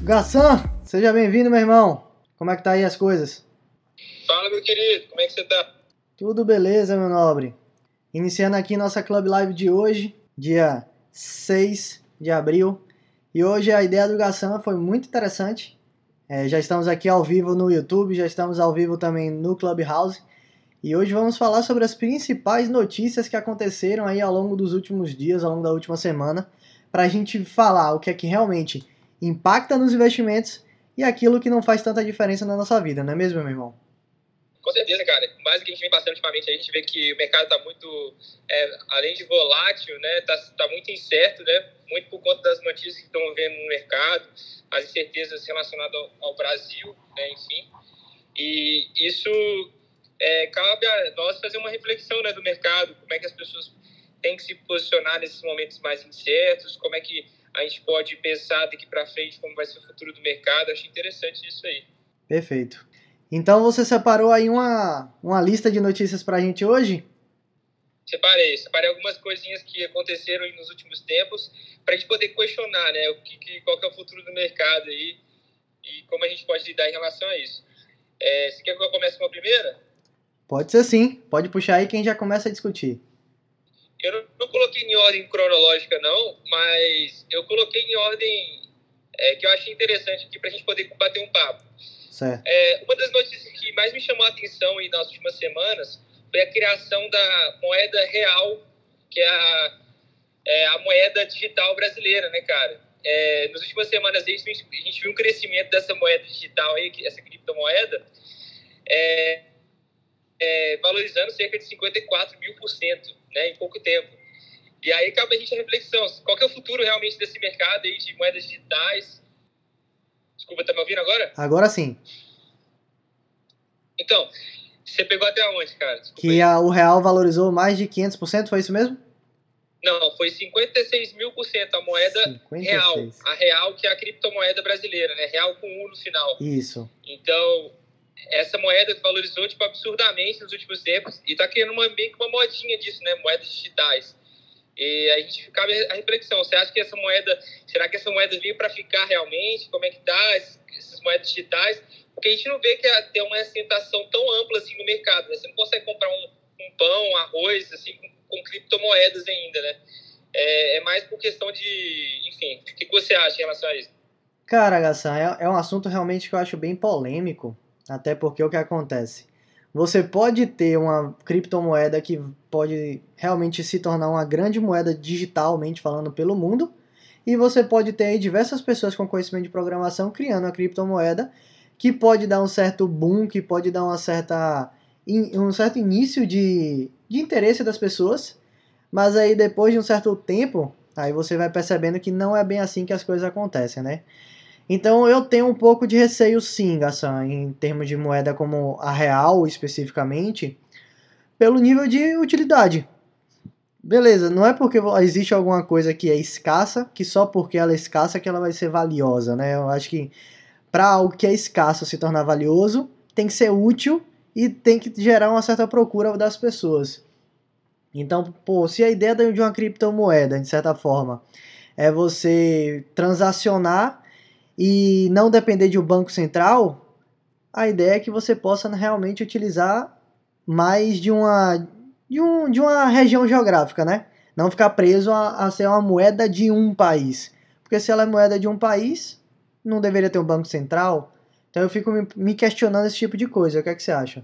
Gassan, seja bem-vindo, meu irmão. Como é que tá aí as coisas? Fala, meu querido, como é que você tá? Tudo beleza, meu nobre. Iniciando aqui nossa Club Live de hoje, dia 6 de abril. E hoje a ideia do Gassan foi muito interessante. Já estamos aqui ao vivo no YouTube, já estamos ao vivo também no Clubhouse. E hoje vamos falar sobre as principais notícias que aconteceram aí ao longo dos últimos dias, ao longo da última semana, para a gente falar o que é que realmente impacta nos investimentos e aquilo que não faz tanta diferença na nossa vida, não é mesmo, meu irmão? Com certeza, cara. Mais do que a gente vem passando ultimamente, a gente vê que o mercado está muito, além de volátil, né, tá muito incerto, né, muito por conta das notícias que estão vendo no mercado, as incertezas relacionadas ao Brasil, né, enfim. E isso cabe a nós fazer uma reflexão, né, do mercado, como é que as pessoas têm que se posicionar nesses momentos mais incertos, como é que a gente pode pensar daqui para frente como vai ser o futuro do mercado. Acho interessante isso aí. Perfeito. Então você separou aí uma lista de notícias pra gente hoje? Separei algumas coisinhas que aconteceram nos últimos tempos para a gente poder questionar, né, qual que é o futuro do mercado aí e como a gente pode lidar em relação a isso. Você quer que eu comece com a primeira? Pode ser sim, pode puxar aí quem já começa a discutir. Eu não coloquei em ordem cronológica, não, mas eu coloquei em ordem que eu achei interessante aqui para a gente poder bater um papo. Certo. Uma das notícias que mais me chamou a atenção aí nas últimas semanas foi a criação da moeda real, que é a moeda digital brasileira, né, cara? Nas últimas semanas aí, a gente viu um crescimento dessa moeda digital aí, essa criptomoeda, valorizando cerca de 54.000%, né, em pouco tempo. E aí cabe a gente a reflexão, qual que é o futuro realmente desse mercado aí de moedas digitais? Desculpa, tá me ouvindo agora? Agora sim. Então, você pegou até onde, cara? Desculpa Que aí. o real valorizou mais de 500%, foi isso mesmo? Não, foi 56.000% a moeda 56. real. A real, que é a criptomoeda brasileira, né? Real com U no final. Isso. Então, essa moeda valorizou tipo, absurdamente nos últimos tempos e está criando meio que uma modinha disso, né? Moedas digitais. E a gente ficava a reflexão, você acha que será que essa moeda veio para ficar realmente? Como é que tá essas moedas digitais? Porque a gente não vê que tem uma assentação tão ampla assim no mercado, né? Você não consegue comprar um pão, arroz, assim, com criptomoedas ainda, né? É mais por questão de... Enfim, o que você acha em relação a isso? Cara, Gassan, é um assunto realmente que eu acho bem polêmico, até porque o que acontece? Você pode ter uma criptomoeda que pode realmente se tornar uma grande moeda digitalmente falando pelo mundo, e você pode ter aí diversas pessoas com conhecimento de programação criando uma criptomoeda que pode dar um certo boom, que pode dar um certo início de interesse das pessoas, mas aí depois de um certo tempo, aí você vai percebendo que não é bem assim que as coisas acontecem, né? Então eu tenho um pouco de receio sim, Gassan, em termos de moeda como a real especificamente, pelo nível de utilidade. Beleza, não é porque existe alguma coisa que é escassa, que só porque ela é escassa que ela vai ser valiosa, né? Eu acho que para algo que é escasso se tornar valioso, tem que ser útil e tem que gerar uma certa procura das pessoas. Então, pô, se a ideia de uma criptomoeda, de certa forma, é você transacionar e não depender de um banco central, a ideia é que você possa realmente utilizar mais de uma região geográfica, né? Não ficar preso a ser uma moeda de um país. Porque se ela é moeda de um país, não deveria ter um banco central. Então eu fico me questionando esse tipo de coisa. O que é que você acha?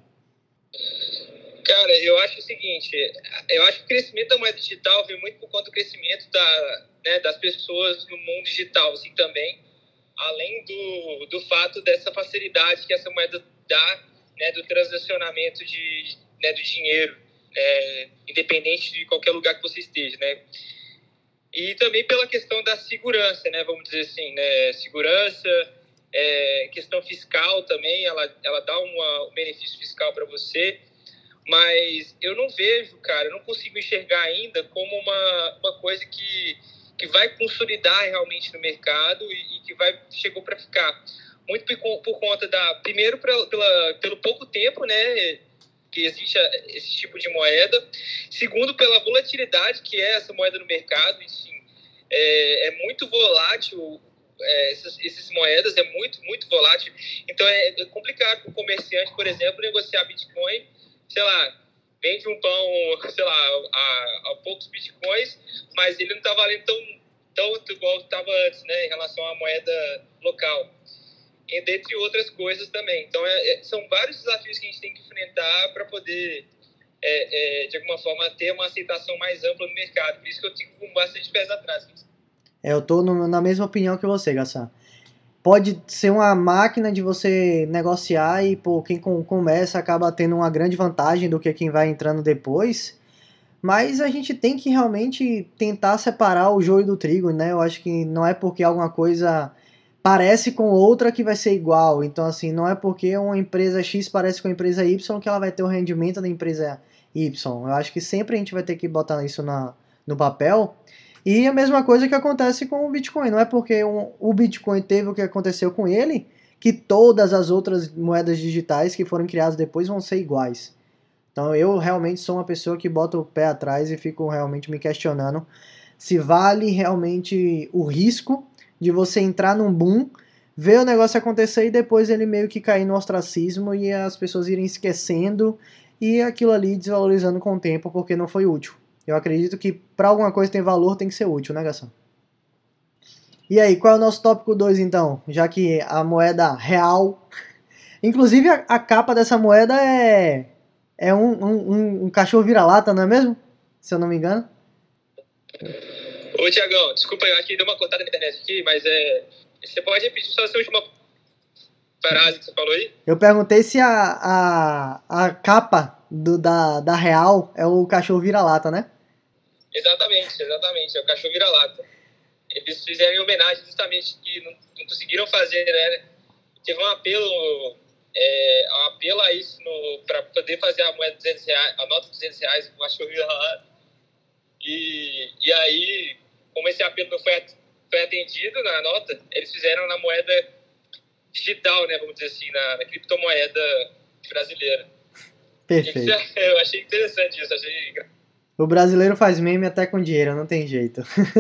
Cara, eu acho o seguinte, eu acho que o crescimento da moeda digital vem muito por conta do crescimento das pessoas no mundo digital, assim, também, além do fato dessa facilidade que essa moeda dá, né, do transacionamento do dinheiro, independente de qualquer lugar que você esteja, né? E também pela questão da segurança, né, vamos dizer assim, né, segurança, questão fiscal também, ela dá um benefício fiscal para você, mas eu não vejo, cara, eu não consigo enxergar ainda como uma coisa que vai consolidar realmente no mercado e que chegou para ficar. Muito por conta primeiro pelo pouco tempo, né, que existe esse tipo de moeda. Segundo, pela volatilidade que é essa moeda no mercado, enfim, é muito volátil essas moedas, é muito, muito volátil. Então é complicado para o comerciante, por exemplo, negociar Bitcoin, sei lá, vende um pão, sei lá, a poucos Bitcoins, mas ele não está valendo tanto igual estava antes, né, em relação à moeda local. E dentre outras coisas também. Então, são vários desafios que a gente tem que enfrentar para poder, de alguma forma, ter uma aceitação mais ampla no mercado. Por isso que eu fico com bastante pés atrás. Eu tô na mesma opinião que você, Gassan. Pode ser uma máquina de você negociar e, pô, quem começa acaba tendo uma grande vantagem do que quem vai entrando depois. Mas a gente tem que realmente tentar separar o joio do trigo, né? Eu acho que não é porque alguma coisa parece com outra que vai ser igual. Então, assim, não é porque uma empresa X parece com a empresa Y que ela vai ter o rendimento da empresa Y. Eu acho que sempre a gente vai ter que botar isso no papel. E a mesma coisa que acontece com o Bitcoin. Não é porque o Bitcoin teve o que aconteceu com ele que todas as outras moedas digitais que foram criadas depois vão ser iguais. Então eu realmente sou uma pessoa que bota o pé atrás e fico realmente me questionando se vale realmente o risco de você entrar num boom, ver o negócio acontecer e depois ele meio que cair no ostracismo e as pessoas irem esquecendo e aquilo ali desvalorizando com o tempo porque não foi útil. Eu acredito que para alguma coisa tem valor, tem que ser útil, né, Gação? E aí, qual é o nosso tópico 2 então? Já que a moeda real... Inclusive a capa dessa moeda é um cachorro vira-lata, não é mesmo? Se eu não me engano. Ô, Tiagão, desculpa, eu acho que deu uma cortada na internet aqui, mas você pode repetir só essa última frase que você falou aí? Eu perguntei se a capa da Real é o cachorro vira-lata, né? Exatamente, é o cachorro vira-lata. Eles fizeram em homenagem justamente que não conseguiram fazer, né? Teve um apelo a isso para poder fazer a moeda de R$200, a nota de R$200 com o cachorro vira-lata. E aí, como esse apelo não foi atendido na nota, eles fizeram na moeda digital, né? Vamos dizer assim, na criptomoeda brasileira. Perfeito. Eu achei interessante isso, O brasileiro faz meme até com dinheiro, não tem jeito.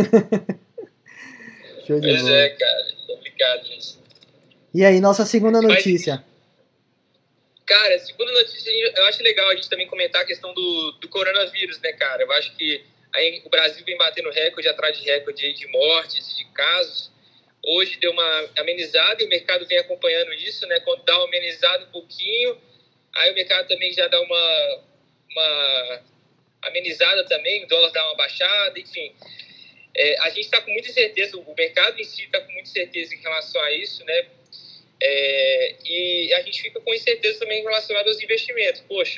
Show de bola. Pois é, cara, complicado isso. E aí, nossa segunda notícia? Cara, segunda notícia, eu acho legal a gente também comentar a questão do coronavírus, né, cara? Eu acho que aí o Brasil vem batendo recorde atrás de recorde de mortes, de casos. Hoje deu uma amenizada e o mercado vem acompanhando isso, né? Quando dá uma amenizada um pouquinho, aí o mercado também já dá uma amenizada também, o dólar dá uma baixada, enfim. A gente está com muita certeza, o mercado em si está com muita certeza em relação a isso, né? E a gente fica com incerteza também relacionado aos investimentos. Poxa,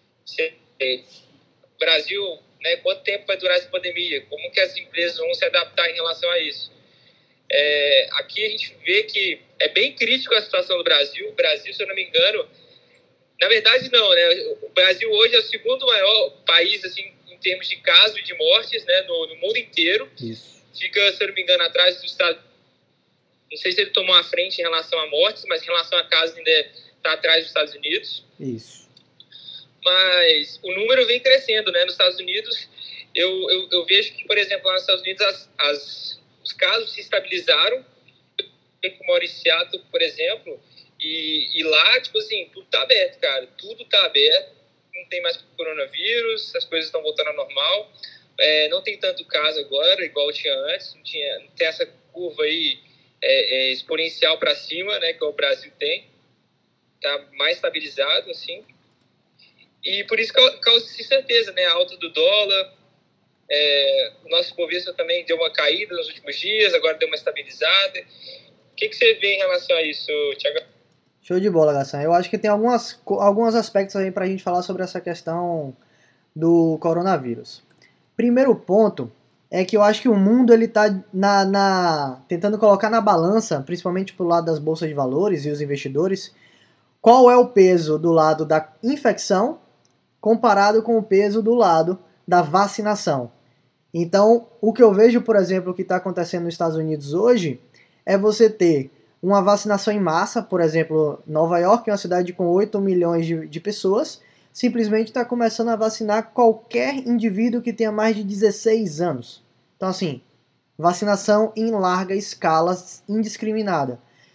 o Brasil, né, quanto tempo vai durar essa pandemia? Como que as empresas vão se adaptar em relação a isso? Aqui a gente vê que é bem crítico a situação do Brasil. O Brasil, se eu não me engano, na verdade não, né? O Brasil hoje é o segundo maior país, assim, em termos de casos e de mortes, né, no mundo inteiro. Isso. Fica, se eu não me engano, atrás do Estado. Não sei se ele tomou a frente em relação a mortes, mas em relação a casos ainda está atrás dos Estados Unidos. Isso. Mas o número vem crescendo, né? Nos Estados Unidos, eu vejo que, por exemplo, lá nos Estados Unidos, os casos se estabilizaram. Eu moro em Seattle, por exemplo, e lá, tipo assim, tudo tá aberto, cara. Tudo tá aberto, não tem mais coronavírus, as coisas estão voltando ao normal. Não tem tanto caso agora, igual tinha antes. Não tem essa curva aí exponencial para cima, né, que o Brasil tem. Tá mais estabilizado, assim. E por isso causa certeza, né? A alta do dólar. O nosso Bovespa também deu uma caída nos últimos dias, agora deu uma estabilizada. O que você vê em relação a isso, Thiago? Show de bola, Gassan. Eu acho que tem alguns aspectos aí pra gente falar sobre essa questão do coronavírus. Primeiro ponto é que eu acho que o mundo ele tá tentando colocar na balança, principalmente pro lado das bolsas de valores e os investidores, qual é o peso do lado da infecção comparado com o peso do lado da vacinação. Então, o que eu vejo, por exemplo, que está acontecendo nos Estados Unidos hoje, é você ter uma vacinação em massa, por exemplo, Nova York, é uma cidade com 8 milhões de pessoas, simplesmente está começando a vacinar qualquer indivíduo que tenha mais de 16 anos. Então, assim, Vacinação em larga escala indiscriminada.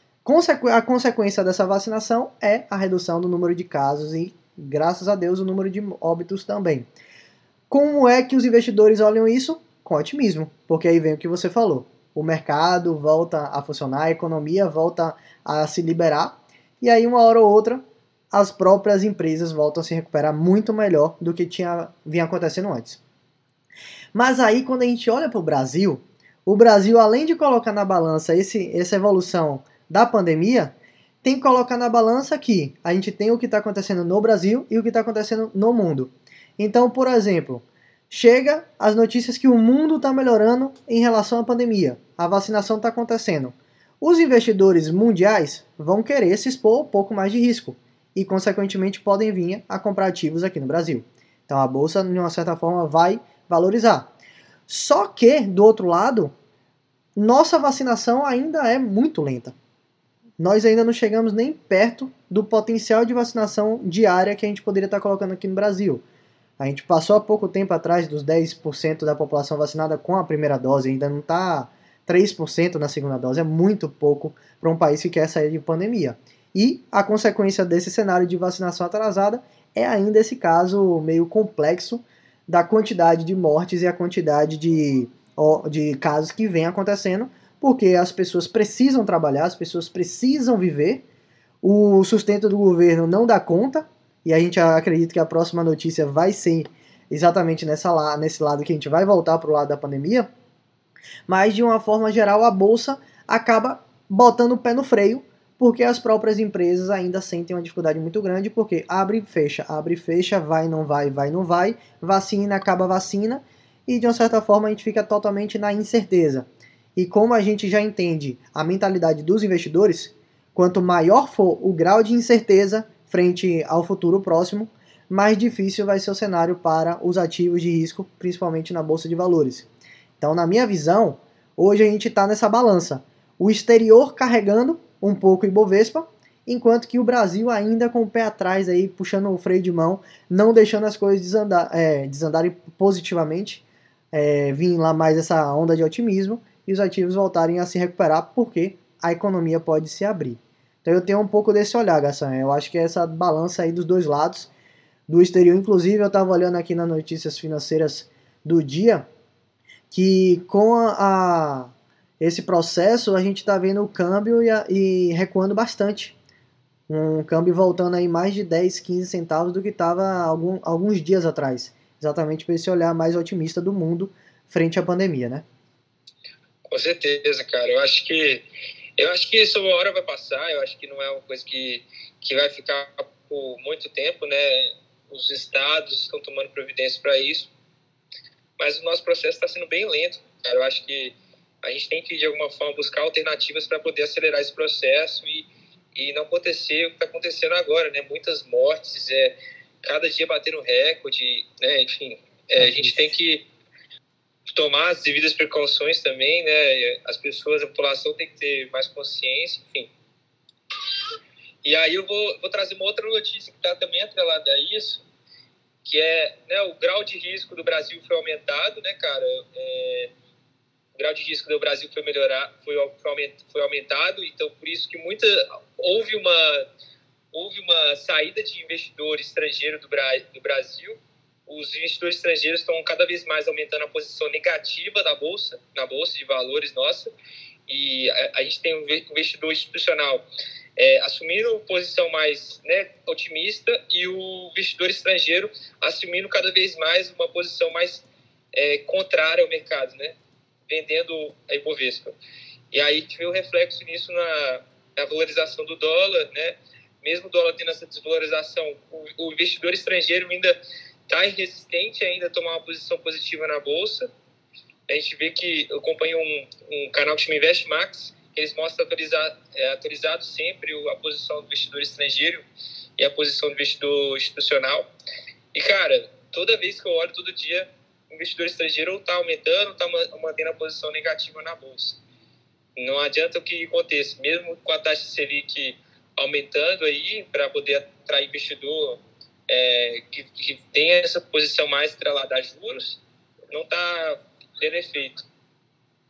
A consequência dessa vacinação é a redução do número de casos e, graças a Deus, o número de óbitos também. Como é que os investidores olham isso? Com otimismo, porque aí vem o que você falou. O mercado volta a funcionar, a economia volta a se liberar, e aí uma hora ou outra as próprias empresas voltam a se recuperar muito melhor do que vinha acontecendo antes. Mas aí quando a gente olha para o Brasil, além de colocar na balança essa evolução da pandemia, tem que colocar na balança que a gente tem o que está acontecendo no Brasil e o que está acontecendo no mundo. Então, por exemplo, chega as notícias que o mundo está melhorando em relação à pandemia. A vacinação está acontecendo. Os investidores mundiais vão querer se expor um pouco mais de risco e, consequentemente, podem vir a comprar ativos aqui no Brasil. Então, a bolsa, de uma certa forma, vai valorizar. Só que, do outro lado, nossa vacinação ainda é muito lenta. Nós ainda não chegamos nem perto do potencial de vacinação diária que a gente poderia estar colocando aqui no Brasil. A gente passou há pouco tempo atrás dos 10% da população vacinada com a primeira dose, ainda não está 3% na segunda dose, é muito pouco para um país que quer sair de pandemia. E a consequência desse cenário de vacinação atrasada é ainda esse caso meio complexo da quantidade de mortes e a quantidade de casos que vem acontecendo, porque as pessoas precisam trabalhar, as pessoas precisam viver, o sustento do governo não dá conta, e a gente acredita que a próxima notícia vai ser exatamente nesse lado que a gente vai voltar para o lado da pandemia, mas de uma forma geral a bolsa acaba botando o pé no freio, porque as próprias empresas ainda sentem uma dificuldade muito grande, porque abre e fecha, vai, não vai, vai, não vai, vacina, acaba vacina, e de uma certa forma a gente fica totalmente na incerteza. E como a gente já entende a mentalidade dos investidores, quanto maior for o grau de incerteza frente ao futuro próximo, mais difícil vai ser o cenário para os ativos de risco, principalmente na bolsa de valores. Então, na minha visão, hoje a gente está nessa balança. O exterior carregando um pouco o Ibovespa, enquanto que o Brasil ainda com o pé atrás, aí, puxando o freio de mão, não deixando as coisas desandarem positivamente, vir lá mais essa onda de otimismo e os ativos voltarem a se recuperar porque a economia pode se abrir. Então eu tenho um pouco desse olhar, Garçom. Eu acho que é essa balança aí dos dois lados, do exterior. Inclusive, eu estava olhando aqui nas notícias financeiras do dia, que com esse processo a gente está vendo o câmbio e recuando bastante. Um câmbio voltando aí mais de 10, 15 centavos do que estava alguns dias atrás. Exatamente por esse olhar mais otimista do mundo frente à pandemia, né? Com certeza, cara. Eu acho que isso uma hora vai passar. Eu acho que não é uma coisa que vai ficar por muito tempo, né? Os estados estão tomando providência para isso. Mas o nosso processo está sendo bem lento, cara. Eu acho que a gente tem que, de alguma forma, buscar alternativas para poder acelerar esse processo e não acontecer o que está acontecendo agora, né? Muitas mortes, cada dia batendo recorde, né? Enfim, a gente tem que tomar as devidas precauções também, né? As pessoas, a população tem que ter mais consciência, enfim. E aí eu vou trazer uma outra notícia que está também atrelada a isso, que é, né, o grau de risco do Brasil foi aumentado, né, cara? O grau de risco do Brasil foi aumentado, então por isso que houve uma saída de investidor estrangeiro do Brasil. Os investidores estrangeiros estão cada vez mais aumentando a posição negativa na bolsa de valores nossa, e a gente tem um investidor institucional assumindo posição mais, né, otimista, e o investidor estrangeiro assumindo cada vez mais uma posição mais contrária ao mercado, né, vendendo a Ibovespa. E aí a gente vê o reflexo nisso na valorização do dólar, né? Mesmo o dólar tendo essa desvalorização, o investidor estrangeiro ainda está resistente ainda a tomar uma posição positiva na bolsa. A gente vê que eu acompanho um canal que chama Invest Max, eles mostram atualizado sempre a posição do investidor estrangeiro e a posição do investidor institucional. E, cara, toda vez que eu olho, todo dia, o investidor estrangeiro está aumentando, está mantendo a posição negativa na bolsa. Não adianta o que aconteça, mesmo com a taxa Selic aumentando aí, para poder atrair investidor que tem essa posição mais atrelada a juros, não está tendo efeito.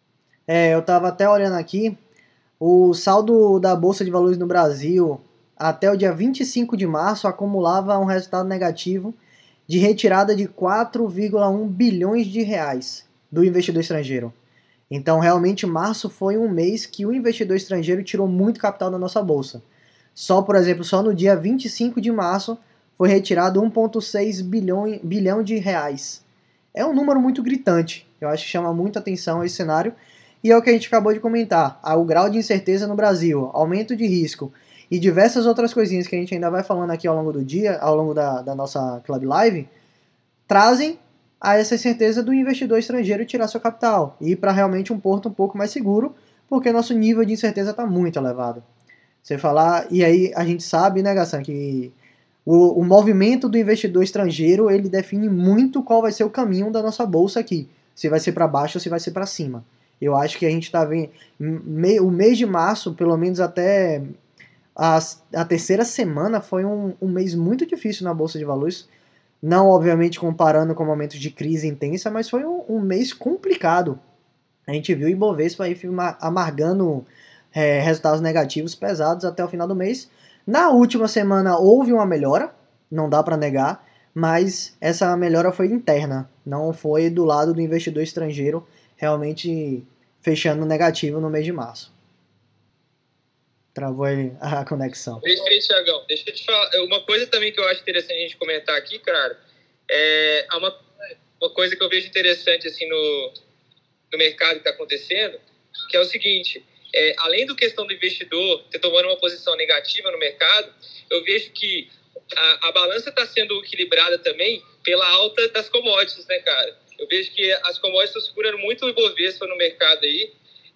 Eu estava até olhando aqui, o saldo da Bolsa de Valores no Brasil até o dia 25 de março acumulava um resultado negativo de retirada de 4,1 bilhões de reais do investidor estrangeiro. Então, realmente, março foi um mês que o investidor estrangeiro tirou muito capital da nossa bolsa. Só, por exemplo, só no dia 25 de março foi retirado 1,6 bilhão de reais. É um número muito gritante. Eu acho que chama muita atenção esse cenário. E é o que a gente acabou de comentar. O grau de incerteza no Brasil, aumento de risco e diversas outras coisinhas que a gente ainda vai falando aqui ao longo do dia, ao longo da nossa Club Live, trazem a essa certeza do investidor estrangeiro tirar seu capital e ir para realmente um porto um pouco mais seguro, porque nosso nível de incerteza está muito elevado. Você falar, e aí a gente sabe, né, Gassan, que o movimento do investidor estrangeiro ele define muito qual vai ser o caminho da nossa bolsa aqui, se vai ser para baixo ou se vai ser para cima. Eu acho que a gente está vendo o mês de março, pelo menos até a terceira semana, foi um mês muito difícil na bolsa de valores. Não, obviamente, comparando com momentos de crise intensa, mas foi um mês complicado. A gente viu o Ibovespa aí amargando resultados negativos pesados até o final do mês. Na última semana houve uma melhora, não dá para negar, mas essa melhora foi interna, não foi do lado do investidor estrangeiro realmente fechando negativo no mês de março. Travou aí a conexão. Perfeito, Thiagão. Deixa eu te falar. Uma coisa também que eu acho interessante a gente comentar aqui, cara, é uma coisa que eu vejo interessante assim, no mercado que está acontecendo, que é o seguinte, além do questão do investidor ter tomando uma posição negativa no mercado, eu vejo que a balança está sendo equilibrada também pela alta das commodities, né, cara? Eu vejo que as commodities estão segurando muito o Ibovespa no mercado aí.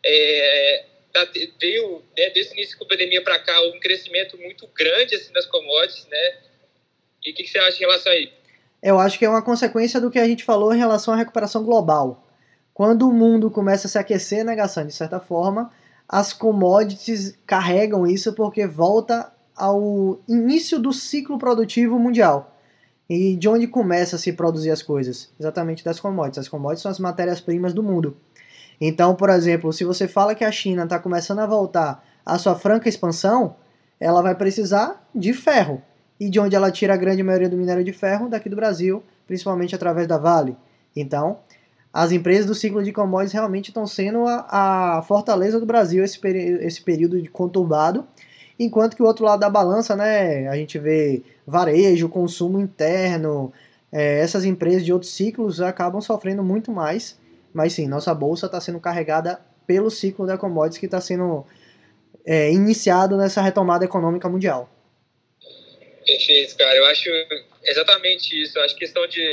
Veio, né, desde o início da pandemia para cá, um crescimento muito grande assim, das commodities, né? E o que você acha em relação a isso? Eu acho que é uma consequência do que a gente falou em relação à recuperação global. Quando o mundo começa a se aquecer, né, Gassan, de certa forma, as commodities carregam isso porque volta ao início do ciclo produtivo mundial. E de onde começa a se produzir as coisas? Exatamente das commodities. As commodities são as matérias-primas do mundo. Então, por exemplo, se você fala que a China está começando a voltar à sua franca expansão, ela vai precisar de ferro. E de onde ela tira a grande maioria do minério de ferro? Daqui do Brasil, principalmente através da Vale. Então, as empresas do ciclo de commodities realmente estão sendo a fortaleza do Brasil esse período de conturbado, enquanto que o outro lado da balança, né, a gente vê varejo, consumo interno, essas empresas de outros ciclos acabam sofrendo muito mais, mas sim, nossa bolsa está sendo carregada pelo ciclo da commodities que está sendo iniciado nessa retomada econômica mundial. Perfeito, cara. Eu acho exatamente isso. Eu acho que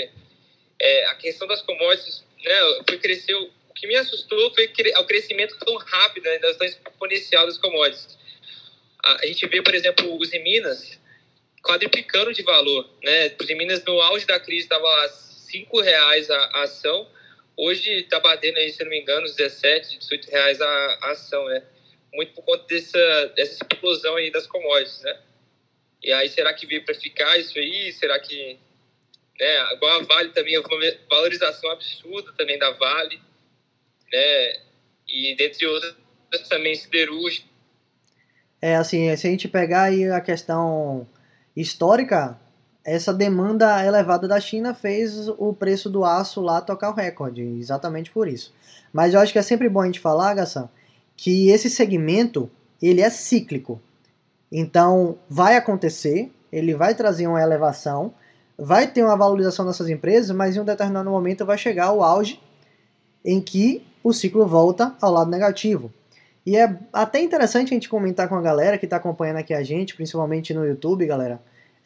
a questão das commodities, né, foi crescer. O que me assustou foi o crescimento tão rápido, né, tão exponencial das commodities. A gente vê, por exemplo, os em Minas quadriplicando de valor, né? Os em Minas no auge da crise estava lá R$5 a ação. Hoje está batendo aí, se não me engano, uns R$17, R$18 a ação, né? Muito por conta dessa explosão aí das commodities, né? E aí, será que veio para ficar isso aí? Será que... né? Igual a Vale também, uma valorização absurda também da Vale, né? E dentre outras também siderúrgica. Assim, se a gente pegar aí a questão histórica, essa demanda elevada da China fez o preço do aço lá tocar o recorde, exatamente por isso. Mas eu acho que é sempre bom a gente falar, Gassan, que esse segmento, ele é cíclico. Então, vai acontecer, ele vai trazer uma elevação, vai ter uma valorização dessas empresas, mas em um determinado momento vai chegar o auge em que o ciclo volta ao lado negativo. E é até interessante a gente comentar com a galera que está acompanhando aqui a gente, principalmente no YouTube, galera.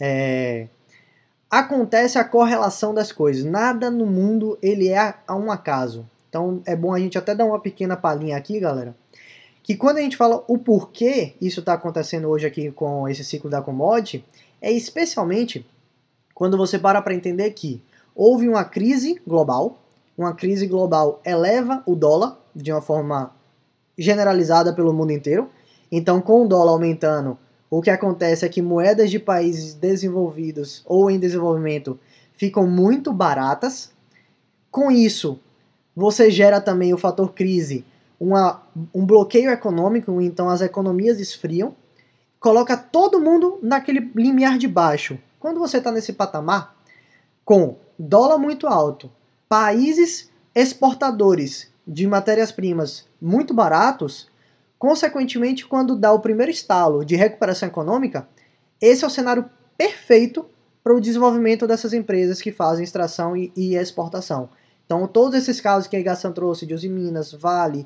Acontece a correlação das coisas. Nada no mundo ele é um acaso. Então é bom a gente até dar uma pequena palhinha aqui, galera. Que quando a gente fala o porquê isso está acontecendo hoje aqui com esse ciclo da commodity, é especialmente quando você para entender que houve uma crise global eleva o dólar de uma forma generalizada pelo mundo inteiro. Então, com o dólar aumentando, o que acontece é que moedas de países desenvolvidos ou em desenvolvimento ficam muito baratas. Com isso, você gera também o fator crise, um bloqueio econômico, então as economias esfriam, coloca todo mundo naquele limiar de baixo. Quando você está nesse patamar, com dólar muito alto, países exportadores de matérias-primas muito baratos, consequentemente, quando dá o primeiro estalo de recuperação econômica, esse é o cenário perfeito para o desenvolvimento dessas empresas que fazem extração e exportação. Então, todos esses casos que a Igaçan trouxe, de Usiminas, Vale,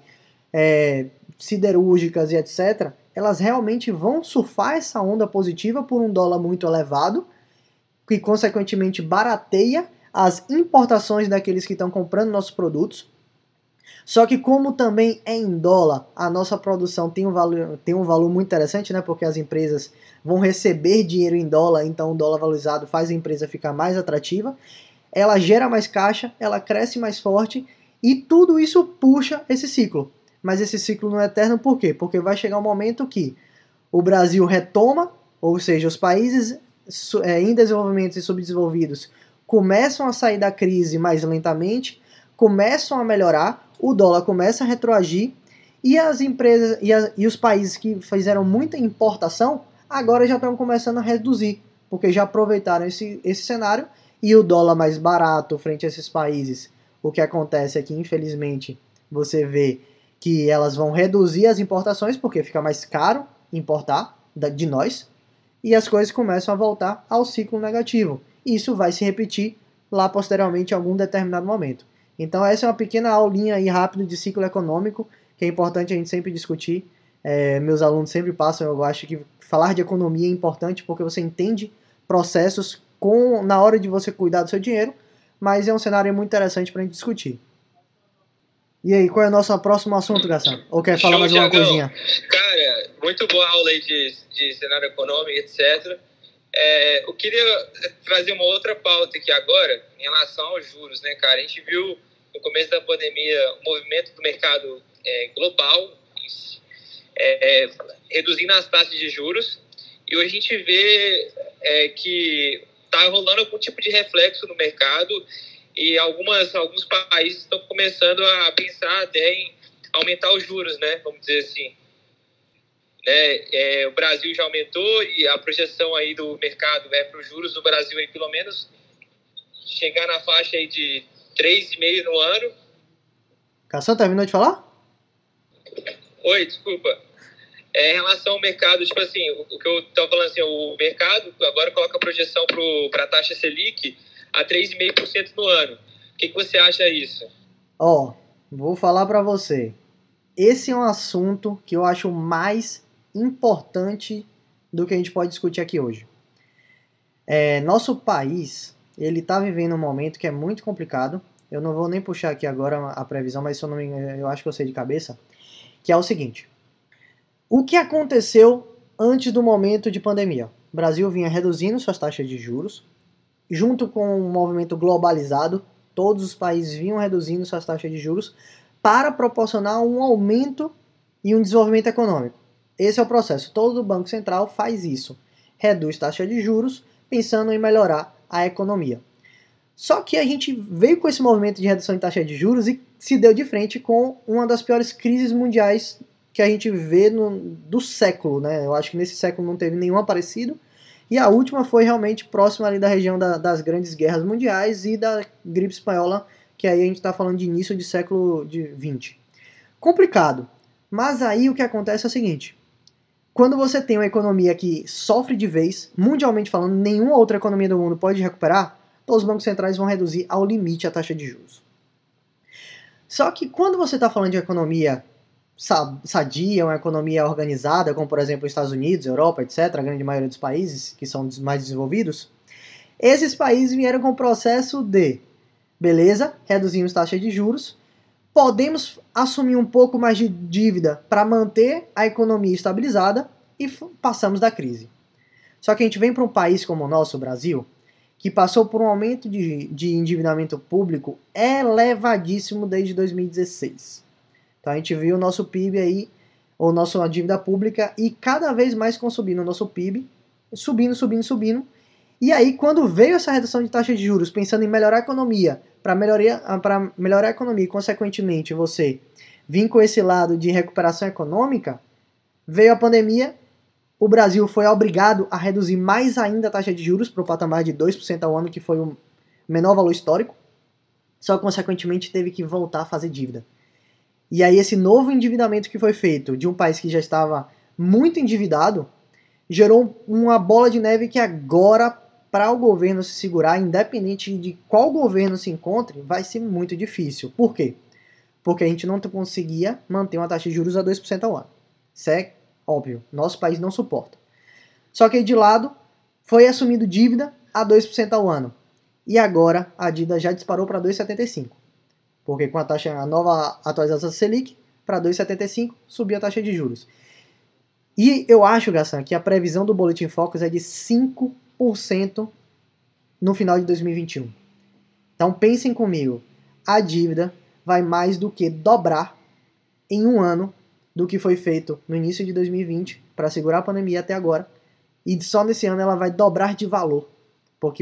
siderúrgicas e etc., elas realmente vão surfar essa onda positiva por um dólar muito elevado, que consequentemente barateia as importações daqueles que estão comprando nossos produtos. Só que como também é em dólar, a nossa produção tem um valor muito interessante, né? Porque as empresas vão receber dinheiro em dólar, então o dólar valorizado faz a empresa ficar mais atrativa. Ela gera mais caixa, ela cresce mais forte e tudo isso puxa esse ciclo. Mas esse ciclo não é eterno, por quê? Porque vai chegar um momento que o Brasil retoma, ou seja, os países em desenvolvimento e subdesenvolvidos começam a sair da crise mais lentamente, começam a melhorar, o dólar começa a retroagir e as empresas e os países que fizeram muita importação agora já estão começando a reduzir, porque já aproveitaram esse cenário e o dólar mais barato frente a esses países. O que acontece é que, infelizmente, você vê que elas vão reduzir as importações porque fica mais caro importar de nós e as coisas começam a voltar ao ciclo negativo. Isso vai se repetir lá posteriormente em algum determinado momento. Então essa é uma pequena aulinha aí rápida de ciclo econômico, que é importante a gente sempre discutir. Meus alunos sempre passam, eu acho que falar de economia é importante porque você entende processos na hora de você cuidar do seu dinheiro, mas é um cenário muito interessante para a gente discutir. E aí, qual é o nosso próximo assunto, Gação? Ou quer falar mais uma coisinha? Cara, muito boa aula aí de cenário econômico, etc. Eu queria trazer uma outra pauta aqui agora, em relação aos juros, né, cara? A gente viu no começo da pandemia o movimento do mercado global reduzindo as taxas de juros, e hoje a gente vê que está rolando algum tipo de reflexo no mercado e alguns países estão começando a pensar até em aumentar os juros, né? Vamos dizer assim. O Brasil já aumentou e a projeção aí do mercado para os juros do Brasil aí pelo menos chegar na faixa aí de 3,5% no ano. Cação, terminou de falar? Oi, desculpa. Em relação ao mercado, tipo assim, o que eu estava falando assim, o mercado agora coloca a projeção para a taxa Selic a 3,5% no ano. O que você acha disso? Vou falar para você. Esse é um assunto que eu acho mais importante do que a gente pode discutir aqui hoje. Nosso país, ele está vivendo um momento que é muito complicado. Eu não vou nem puxar aqui agora a previsão, mas se eu não me engano, eu acho que eu sei de cabeça, que é o seguinte. O que aconteceu antes do momento de pandemia? O Brasil vinha reduzindo suas taxas de juros, junto com um movimento globalizado, todos os países vinham reduzindo suas taxas de juros para proporcionar um aumento e um desenvolvimento econômico. Esse é o processo. Todo Banco Central faz isso. Reduz taxa de juros, pensando em melhorar a economia. Só que a gente veio com esse movimento de redução de taxa de juros e se deu de frente com uma das piores crises mundiais que a gente vê do século, né? Eu acho que nesse século não teve nenhum parecido. E a última foi realmente próxima ali da região das grandes guerras mundiais e da gripe espanhola, que aí a gente está falando de início de século XX. Complicado. Mas aí o que acontece é o seguinte. Quando você tem uma economia que sofre de vez, mundialmente falando, nenhuma outra economia do mundo pode recuperar, então os bancos centrais vão reduzir ao limite a taxa de juros. Só que quando você está falando de economia sadia, uma economia organizada, como por exemplo os Estados Unidos, Europa, etc., a grande maioria dos países que são os mais desenvolvidos, esses países vieram com o processo de, beleza, reduzimos taxa de juros, podemos assumir um pouco mais de dívida para manter a economia estabilizada e passamos da crise. Só que a gente vem para um país como o nosso, o Brasil, que passou por um aumento de endividamento público elevadíssimo desde 2016. Então a gente viu o nosso PIB aí, ou nossa dívida pública, e cada vez mais consumindo o nosso PIB, subindo. E aí quando veio essa redução de taxa de juros, pensando em melhorar a economia, para melhorar a economia e consequentemente você vir com esse lado de recuperação econômica, veio a pandemia, o Brasil foi obrigado a reduzir mais ainda a taxa de juros para o patamar de 2% ao ano, que foi o menor valor histórico, só que, consequentemente, teve que voltar a fazer dívida. E aí esse novo endividamento que foi feito de um país que já estava muito endividado, gerou uma bola de neve que agora, para o governo se segurar, independente de qual governo se encontre, vai ser muito difícil. Por quê? Porque a gente não conseguia manter uma taxa de juros a 2% ao ano. Isso é óbvio, nosso país não suporta. Só que aí de lado, foi assumido dívida a 2% ao ano. E agora a dívida já disparou para 2,75%. Porque com a nova atualização da Selic, para 2,75, subiu a taxa de juros. E eu acho, Gassan, que a previsão do Boletim Focus é de 5% no final de 2021. Então pensem comigo, a dívida vai mais do que dobrar em um ano do que foi feito no início de 2020 para segurar a pandemia até agora. E só nesse ano ela vai dobrar de valor, porque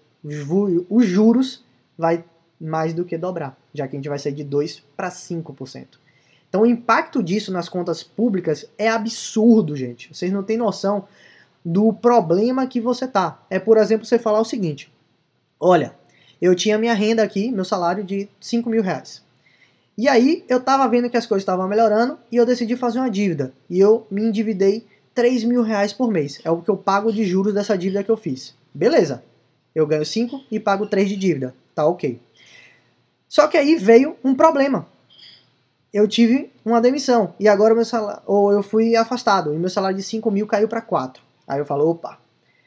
os juros vai mais do que dobrar, já que a gente vai sair de 2% para 5%. Então o impacto disso nas contas públicas é absurdo, gente. Vocês não têm noção do problema que você tá. É, por exemplo, você falar o seguinte: olha, eu tinha minha renda aqui, meu salário de 5 mil reais. E aí eu tava vendo que as coisas estavam melhorando e eu decidi fazer uma dívida. E eu me endividei 3 mil reais por mês. É o que eu pago de juros dessa dívida que eu fiz. Beleza. Eu ganho 5 e pago 3 de dívida. Tá ok. Só que aí veio um problema. Eu tive uma demissão e agora meu salário, ou eu fui afastado e meu salário de 5 mil caiu para 4. Aí eu falo, opa,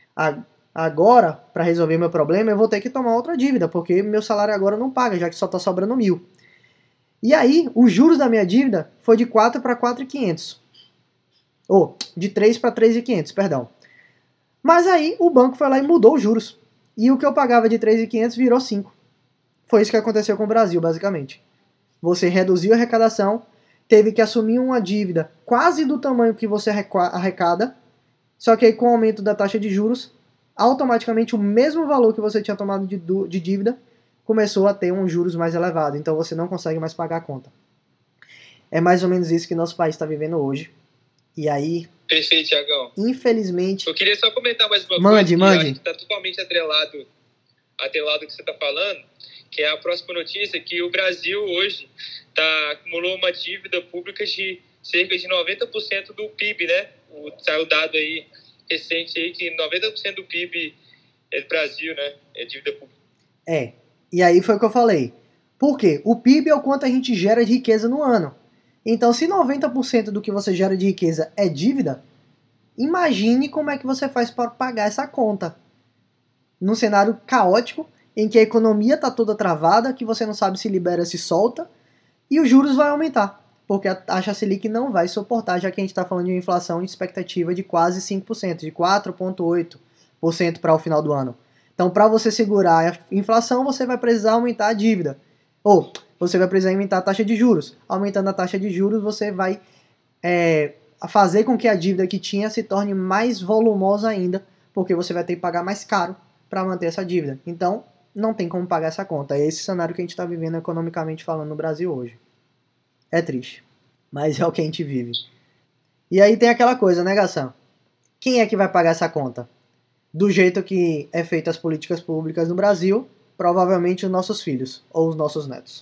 agora para resolver meu problema eu vou ter que tomar outra dívida, porque meu salário agora não paga, já que só está sobrando 1.000. E aí os juros da minha dívida foi de 4 para 4.500. Ou de 3 para 3.500, perdão. Mas aí o banco foi lá e mudou os juros. E o que eu pagava de 3.500 virou 5. Foi isso que aconteceu com o Brasil, basicamente. Você reduziu a arrecadação, teve que assumir uma dívida quase do tamanho que você arrecada, só que aí com o aumento da taxa de juros, automaticamente o mesmo valor que você tinha tomado de dívida começou a ter um juros mais elevado, então você não consegue mais pagar a conta. É mais ou menos isso que nosso país está vivendo hoje. E aí... Perfeito, Thiagão. Infelizmente... Eu queria só comentar mais uma coisa que está totalmente atrelado ao que você está falando, que é a próxima notícia, que o Brasil hoje acumulou uma dívida pública de cerca de 90% do PIB, né? Saiu dado aí recente aí que 90% do PIB é do Brasil, né? É dívida pública. É, e aí foi o que eu falei. Por quê? O PIB é o quanto a gente gera de riqueza no ano. Então, se 90% do que você gera de riqueza é dívida, imagine como é que você faz para pagar essa conta. Num cenário caótico, em que a economia está toda travada, que você não sabe se libera, se solta, e os juros vão aumentar, porque a taxa Selic não vai suportar, já que a gente está falando de uma inflação de expectativa de quase 5%, de 4,8% para o final do ano. Então, para você segurar a inflação, você vai precisar aumentar a dívida. Ou você vai precisar aumentar a taxa de juros. Aumentando a taxa de juros, você vai fazer com que a dívida que tinha se torne mais volumosa ainda, porque você vai ter que pagar mais caro para manter essa dívida. Então, não tem como pagar essa conta. É esse cenário que a gente está vivendo economicamente falando no Brasil hoje. É triste, mas é o que a gente vive. E aí tem aquela coisa, né, Gassan? Quem é que vai pagar essa conta? Do jeito que é feita as políticas públicas no Brasil, provavelmente os nossos filhos ou os nossos netos.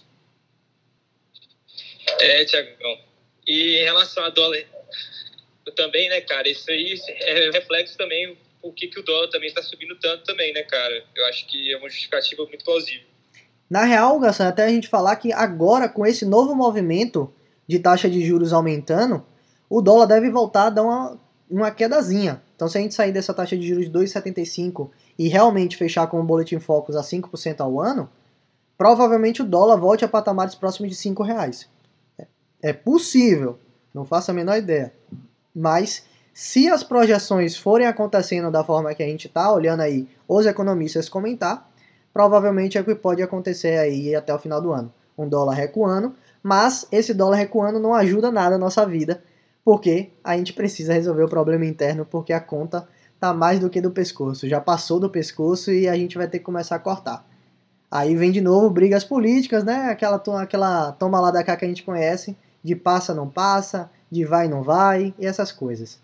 É, Thiagão. E em relação a dólar também, né, cara, isso aí é reflexo também por que o dólar também está subindo tanto também, né, cara? Eu acho que é uma justificativa muito plausível. Na real, Gassan, até a gente falar que agora, com esse novo movimento de taxa de juros aumentando, o dólar deve voltar a dar uma quedazinha. Então, se a gente sair dessa taxa de juros de 2,75 e realmente fechar com o Boletim Focus a 5% ao ano, provavelmente o dólar volte a patamares próximos de R$5. É possível, não faço a menor ideia. Mas, se as projeções forem acontecendo da forma que a gente está olhando aí, os economistas comentar, provavelmente é o que pode acontecer aí até o final do ano. Um dólar recuando, mas esse dólar recuando não ajuda nada a nossa vida, porque a gente precisa resolver o problema interno, porque a conta tá mais do que do pescoço. Já passou do pescoço e a gente vai ter que começar a cortar. Aí vem de novo brigas políticas, né? Aquela toma lá da cá que a gente conhece, de passa não passa, de vai não vai, e essas coisas.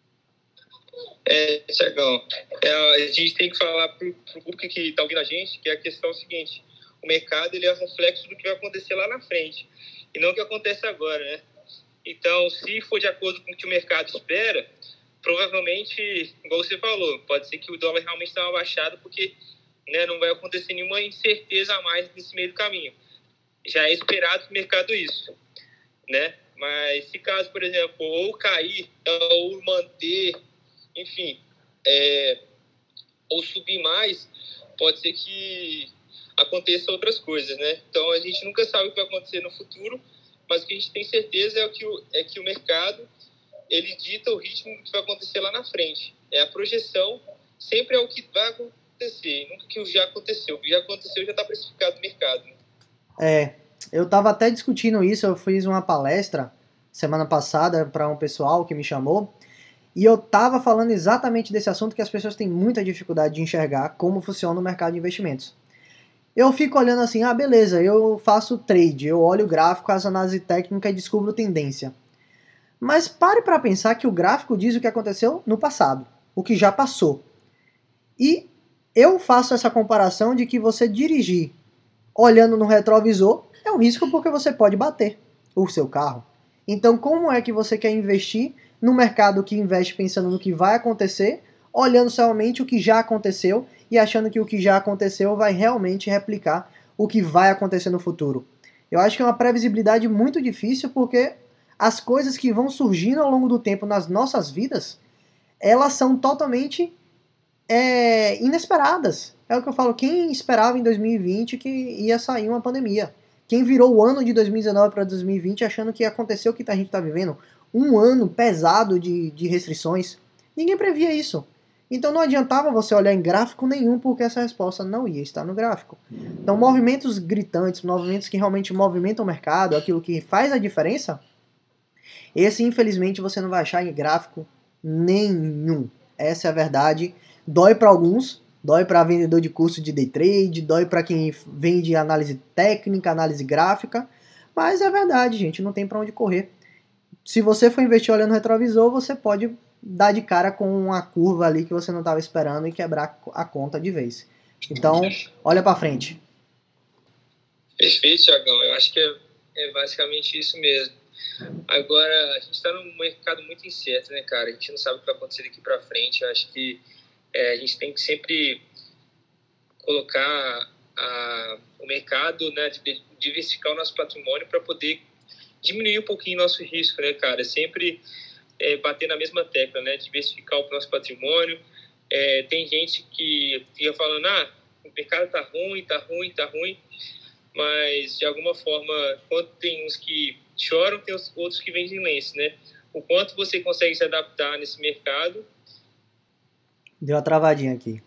Tiagão, a gente tem que falar para o público que está ouvindo a gente que a questão é o seguinte: o mercado ele é o reflexo do que vai acontecer lá na frente, e não o que acontece agora, né? Então, se for de acordo com o que o mercado espera, provavelmente, igual você falou, pode ser que o dólar realmente dê uma baixada, porque, né, não vai acontecer nenhuma incerteza a mais nesse meio do caminho. Já é esperado do mercado isso, né? Mas se caso, por exemplo, ou cair, ou manter, enfim, ou subir mais, pode ser que aconteça outras coisas, né? Então, a gente nunca sabe o que vai acontecer no futuro, mas o que a gente tem certeza é que o mercado, ele dita o ritmo do que vai acontecer lá na frente. A projeção sempre é o que vai acontecer, nunca que o já aconteceu. O que já aconteceu já está precificado no mercado. Eu estava até discutindo isso, eu fiz uma palestra semana passada para um pessoal que me chamou, e eu estava falando exatamente desse assunto, que as pessoas têm muita dificuldade de enxergar como funciona o mercado de investimentos. Eu fico olhando assim, beleza, eu faço trade, eu olho o gráfico, as análises técnicas e descubro tendência. Mas pare para pensar que o gráfico diz o que aconteceu no passado, o que já passou. E eu faço essa comparação de que você dirigir olhando no retrovisor é um risco, porque você pode bater o seu carro. Então, como é que você quer investir no mercado que investe pensando no que vai acontecer, olhando somente o que já aconteceu e achando que o que já aconteceu vai realmente replicar o que vai acontecer no futuro? Eu acho que é uma previsibilidade muito difícil, porque as coisas que vão surgindo ao longo do tempo nas nossas vidas, elas são totalmente inesperadas. É o que eu falo, quem esperava em 2020 que ia sair uma pandemia? Quem virou o ano de 2019 para 2020 achando que ia acontecer o que a gente está vivendo? Um ano pesado de restrições. Ninguém previa isso. Então não adiantava você olhar em gráfico nenhum, porque essa resposta não ia estar no gráfico. Então movimentos gritantes, movimentos que realmente movimentam o mercado, aquilo que faz a diferença, esse infelizmente você não vai achar em gráfico nenhum. Essa é a verdade. Dói para alguns, dói para vendedor de curso de day trade, dói para quem vende análise técnica, análise gráfica, mas é verdade, gente, não tem para onde correr. Se você for investir olhando no retrovisor, você pode dar de cara com uma curva ali que você não estava esperando e quebrar a conta de vez. Então, olha para frente. Perfeito, Thiagão. Eu acho que é basicamente isso mesmo. Agora, a gente está num mercado muito incerto, né, cara? A gente não sabe o que vai acontecer daqui para frente. Eu acho que a gente tem que sempre colocar o mercado, né, diversificar o nosso patrimônio para poder diminuir um pouquinho o nosso risco, né, cara? Sempre bater na mesma tecla, né? Diversificar o nosso patrimônio. Tem gente que fica falando, o mercado tá ruim, mas de alguma forma, quando tem uns que choram, tem outros que vendem lenço, né? O quanto você consegue se adaptar nesse mercado. Deu uma travadinha aqui.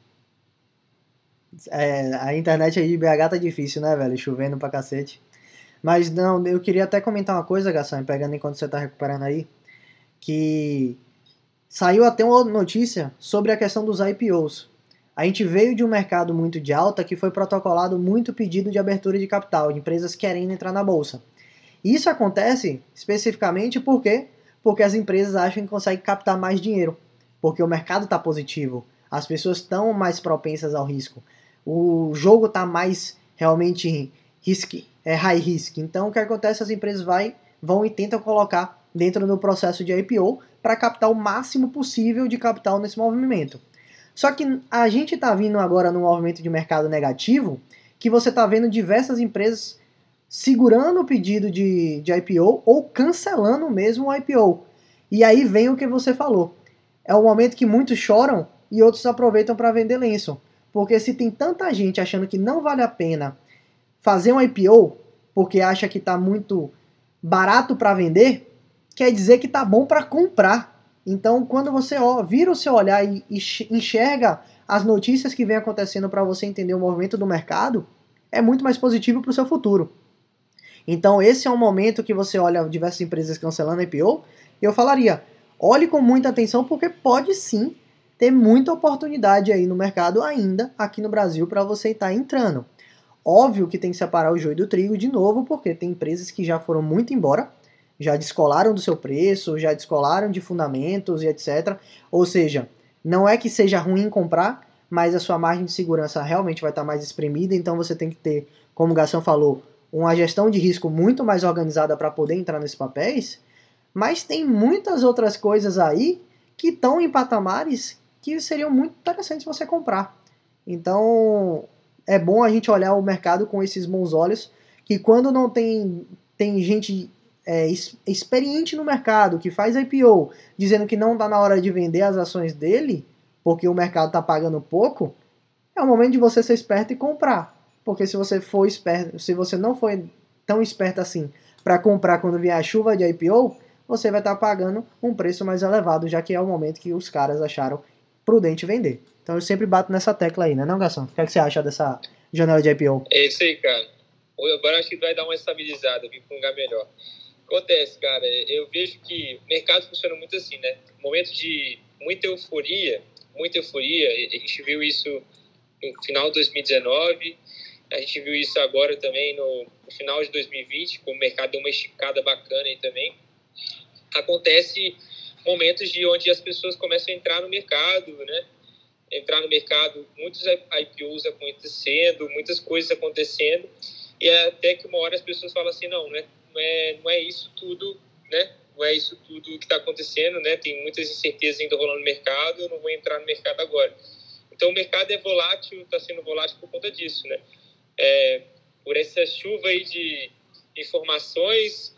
A internet aí de BH tá difícil, né, velho? Chovendo pra cacete. Mas não, eu queria até comentar uma coisa, Gassan, pegando enquanto você tá recuperando aí, que saiu até uma notícia sobre a questão dos IPOs. A gente veio de um mercado muito de alta que foi protocolado muito pedido de abertura de capital, de empresas querendo entrar na bolsa. Isso acontece especificamente porque as empresas acham que conseguem captar mais dinheiro, porque o mercado está positivo, as pessoas estão mais propensas ao risco, o jogo está mais realmente high risk. Então o que acontece? As empresas vão e tentam colocar dentro do processo de IPO para captar o máximo possível de capital nesse movimento. Só que a gente está vindo agora num movimento de mercado negativo, que você está vendo diversas empresas segurando o pedido de IPO ou cancelando mesmo o IPO. E aí vem o que você falou. É o momento que muitos choram e outros aproveitam para vender lenço. Porque se tem tanta gente achando que não vale a pena fazer um IPO porque acha que está muito barato para vender, quer dizer que está bom para comprar. Então, quando você vira o seu olhar e enxerga as notícias que vem acontecendo para você entender o movimento do mercado, é muito mais positivo para o seu futuro. Então, esse é um momento que você olha diversas empresas cancelando IPO, e eu falaria, olhe com muita atenção, porque pode sim ter muita oportunidade aí no mercado ainda, aqui no Brasil, para você estar entrando. Óbvio que tem que separar o joio do trigo de novo, porque tem empresas que já foram muito embora, já descolaram do seu preço, já descolaram de fundamentos e etc. Ou seja, não é que seja ruim comprar, mas a sua margem de segurança realmente vai estar mais espremida, então você tem que ter, como o Gação falou, uma gestão de risco muito mais organizada para poder entrar nesses papéis, mas tem muitas outras coisas aí que estão em patamares que seriam muito interessantes você comprar. Então, é bom a gente olhar o mercado com esses bons olhos, que quando não tem gente experiente no mercado, que faz IPO, dizendo que não está na hora de vender as ações dele, porque o mercado está pagando pouco, é o momento de você ser esperto e comprar. Porque se você for esperto, se você não for tão esperto assim para comprar quando vier a chuva de IPO, você vai estar pagando um preço mais elevado, já que é o momento que os caras acharam prudente vender. Então eu sempre bato nessa tecla aí, né, não, Garçom? O que você acha dessa janela de IPO? É isso aí, cara. Agora acho que vai dar uma estabilizada, vir para um lugar melhor. Acontece, cara, eu vejo que o mercado funciona muito assim, né? Momento de muita euforia, a gente viu isso no final de 2019, a gente viu isso agora também no final de 2020, com o mercado deu uma esticada bacana aí também. Acontece momentos de onde as pessoas começam a entrar no mercado, né? Entrar no mercado, muitos IPOs acontecendo, muitas coisas acontecendo, e até que uma hora as pessoas falam assim, não é isso tudo, né? Não é isso tudo que está acontecendo, né? Tem muitas incertezas ainda rolando no mercado, eu não vou entrar no mercado agora. Então o mercado é volátil, está sendo volátil por conta disso, né? Por essa chuva aí de informações,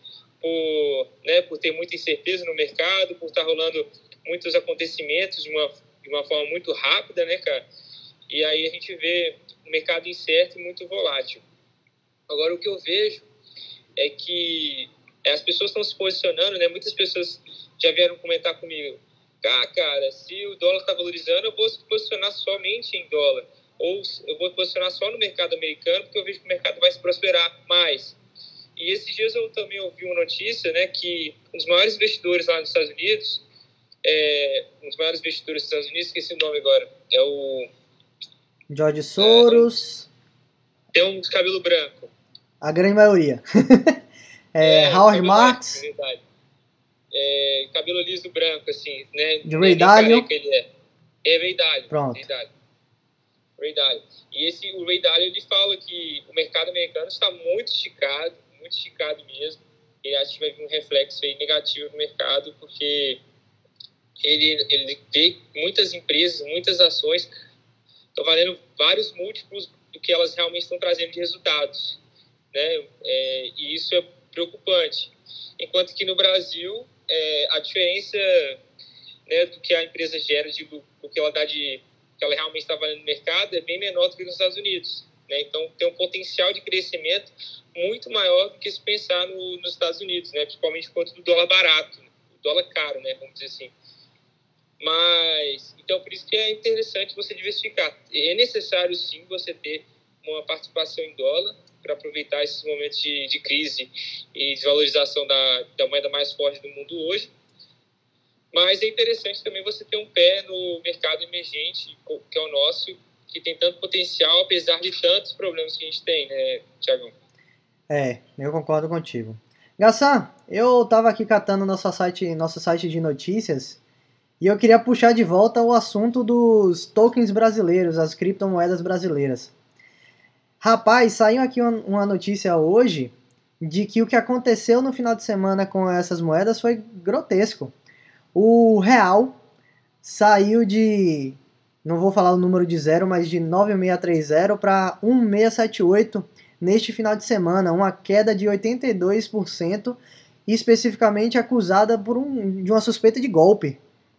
por ter muita incerteza no mercado, por estar rolando muitos acontecimentos de uma forma muito rápida, né, cara? E aí a gente vê um mercado incerto e muito volátil. Agora, o que eu vejo é que as pessoas estão se posicionando, né? Muitas pessoas já vieram comentar comigo, cara, se o dólar está valorizando, eu vou se posicionar somente em dólar. Ou eu vou posicionar só no mercado americano, porque eu vejo que o mercado vai se prosperar mais. E esses dias eu também ouvi uma notícia, né, que um dos maiores investidores lá nos Estados Unidos, esqueci o nome agora, é o... George Soros... tem um de cabelo branco. A grande maioria. Howard Marks. Verdade. Cabelo liso branco, assim, né? De Ray Dalio. Ele é Ray Dalio. Pronto. Ray Dalio. E o Ray Dalio, ele fala que o mercado americano está muito esticado mesmo. E acho que vai vir um reflexo aí negativo no mercado, porque ele vê muitas empresas, muitas ações estão valendo vários múltiplos do que elas realmente estão trazendo de resultados, né? E isso é preocupante. Enquanto que no Brasil, a diferença, né, do que a empresa gera de lucro, do que ela dá que ela realmente está valendo no mercado, é bem menor do que nos Estados Unidos, né? Então tem um potencial de crescimento muito maior do que se pensar nos Estados Unidos, né? Principalmente por conta do dólar barato, o dólar caro, né? Vamos dizer assim. Mas, então, por isso que é interessante você diversificar. É necessário, sim, você ter uma participação em dólar para aproveitar esses momentos de crise e desvalorização da moeda mais forte do mundo hoje. Mas é interessante também você ter um pé no mercado emergente, que é o nosso, que tem tanto potencial, apesar de tantos problemas que a gente tem, né, Thiagão? Eu concordo contigo. Gassan, eu estava aqui catando nosso site de notícias e eu queria puxar de volta o assunto dos tokens brasileiros, as criptomoedas brasileiras. Rapaz, saiu aqui uma notícia hoje de que o que aconteceu no final de semana com essas moedas foi grotesco. O real saiu de, não vou falar o número de zero, mas de 9630 para 1678 neste final de semana, uma queda de 82%, especificamente acusada de uma suspeita de golpe.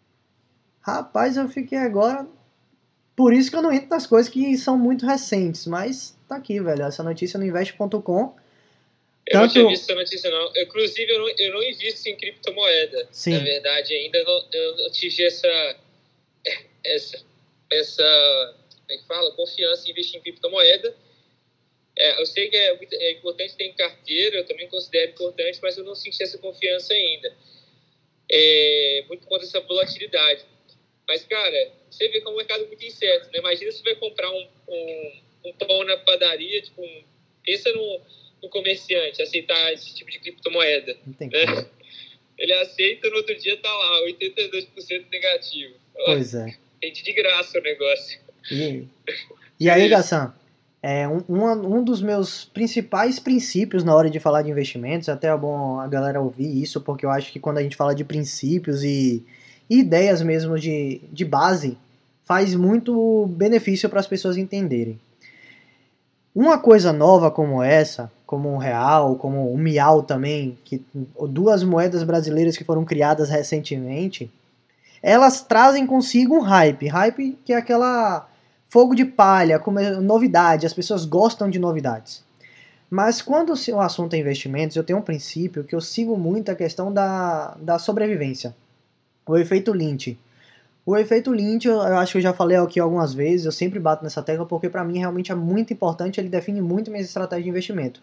Rapaz, eu fiquei agora... Por isso que eu não entro nas coisas que são muito recentes, mas tá aqui, velho, essa notícia no investe.com. Eu não tinha visto essa notícia, não. Inclusive, eu não invisto em criptomoeda. Sim. Na verdade, ainda eu não tive essa como é que fala? Confiança em investir em criptomoeda. Eu sei que é importante ter em carteira, eu também considero importante, mas eu não senti essa confiança ainda. Muito por conta dessa volatilidade. Mas, cara, você vê que é um mercado muito incerto, né? Imagina se você vai comprar um pão na padaria, pensa o comerciante aceitar esse tipo de criptomoeda? Não tem Né? como. Ele aceita, no outro dia tá lá, 82% negativo. Pois é. Gente de graça o negócio. E aí, Gassan, um dos meus principais princípios na hora de falar de investimentos, até é bom a galera ouvir isso, porque eu acho que quando a gente fala de princípios e ideias mesmo de base, faz muito benefício para as pessoas entenderem. Uma coisa nova como essa, como o real, como o miau também, duas moedas brasileiras que foram criadas recentemente, elas trazem consigo um hype. Hype que é aquela fogo de palha, como novidade, as pessoas gostam de novidades. Mas quando o assunto é investimentos, eu tenho um princípio que eu sigo muito a questão da sobrevivência. O efeito Lynch. O efeito Lynch, eu acho que eu já falei aqui algumas vezes, eu sempre bato nessa tecla porque para mim realmente é muito importante, ele define muito minhas estratégias de investimento.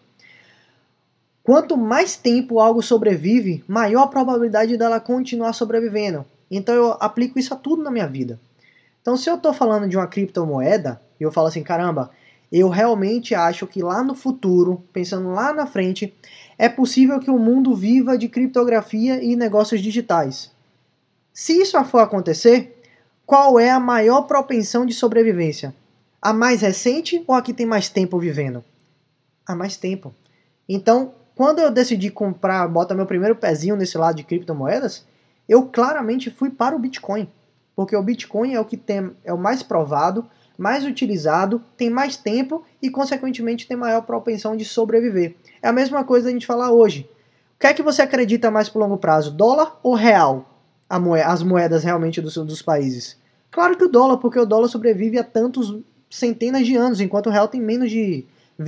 Quanto mais tempo algo sobrevive, maior a probabilidade dela continuar sobrevivendo. Então eu aplico isso a tudo na minha vida. Então se eu estou falando de uma criptomoeda, e eu falo assim, caramba, eu realmente acho que lá no futuro, pensando lá na frente, é possível que o mundo viva de criptografia e negócios digitais. Se isso for acontecer, qual é a maior propensão de sobrevivência? A mais recente ou a que tem mais tempo vivendo? A mais tempo. Então, quando eu decidi comprar, botar meu primeiro pezinho nesse lado de criptomoedas, eu claramente fui para o Bitcoin. Porque o Bitcoin é o que é o mais provado, mais utilizado, tem mais tempo e, consequentemente, tem maior propensão de sobreviver. É a mesma coisa a gente falar hoje. O que é que você acredita mais para longo prazo, dólar ou real? As moedas realmente dos países. Claro que o dólar, porque o dólar sobrevive a tantos centenas de anos, enquanto o real tem menos de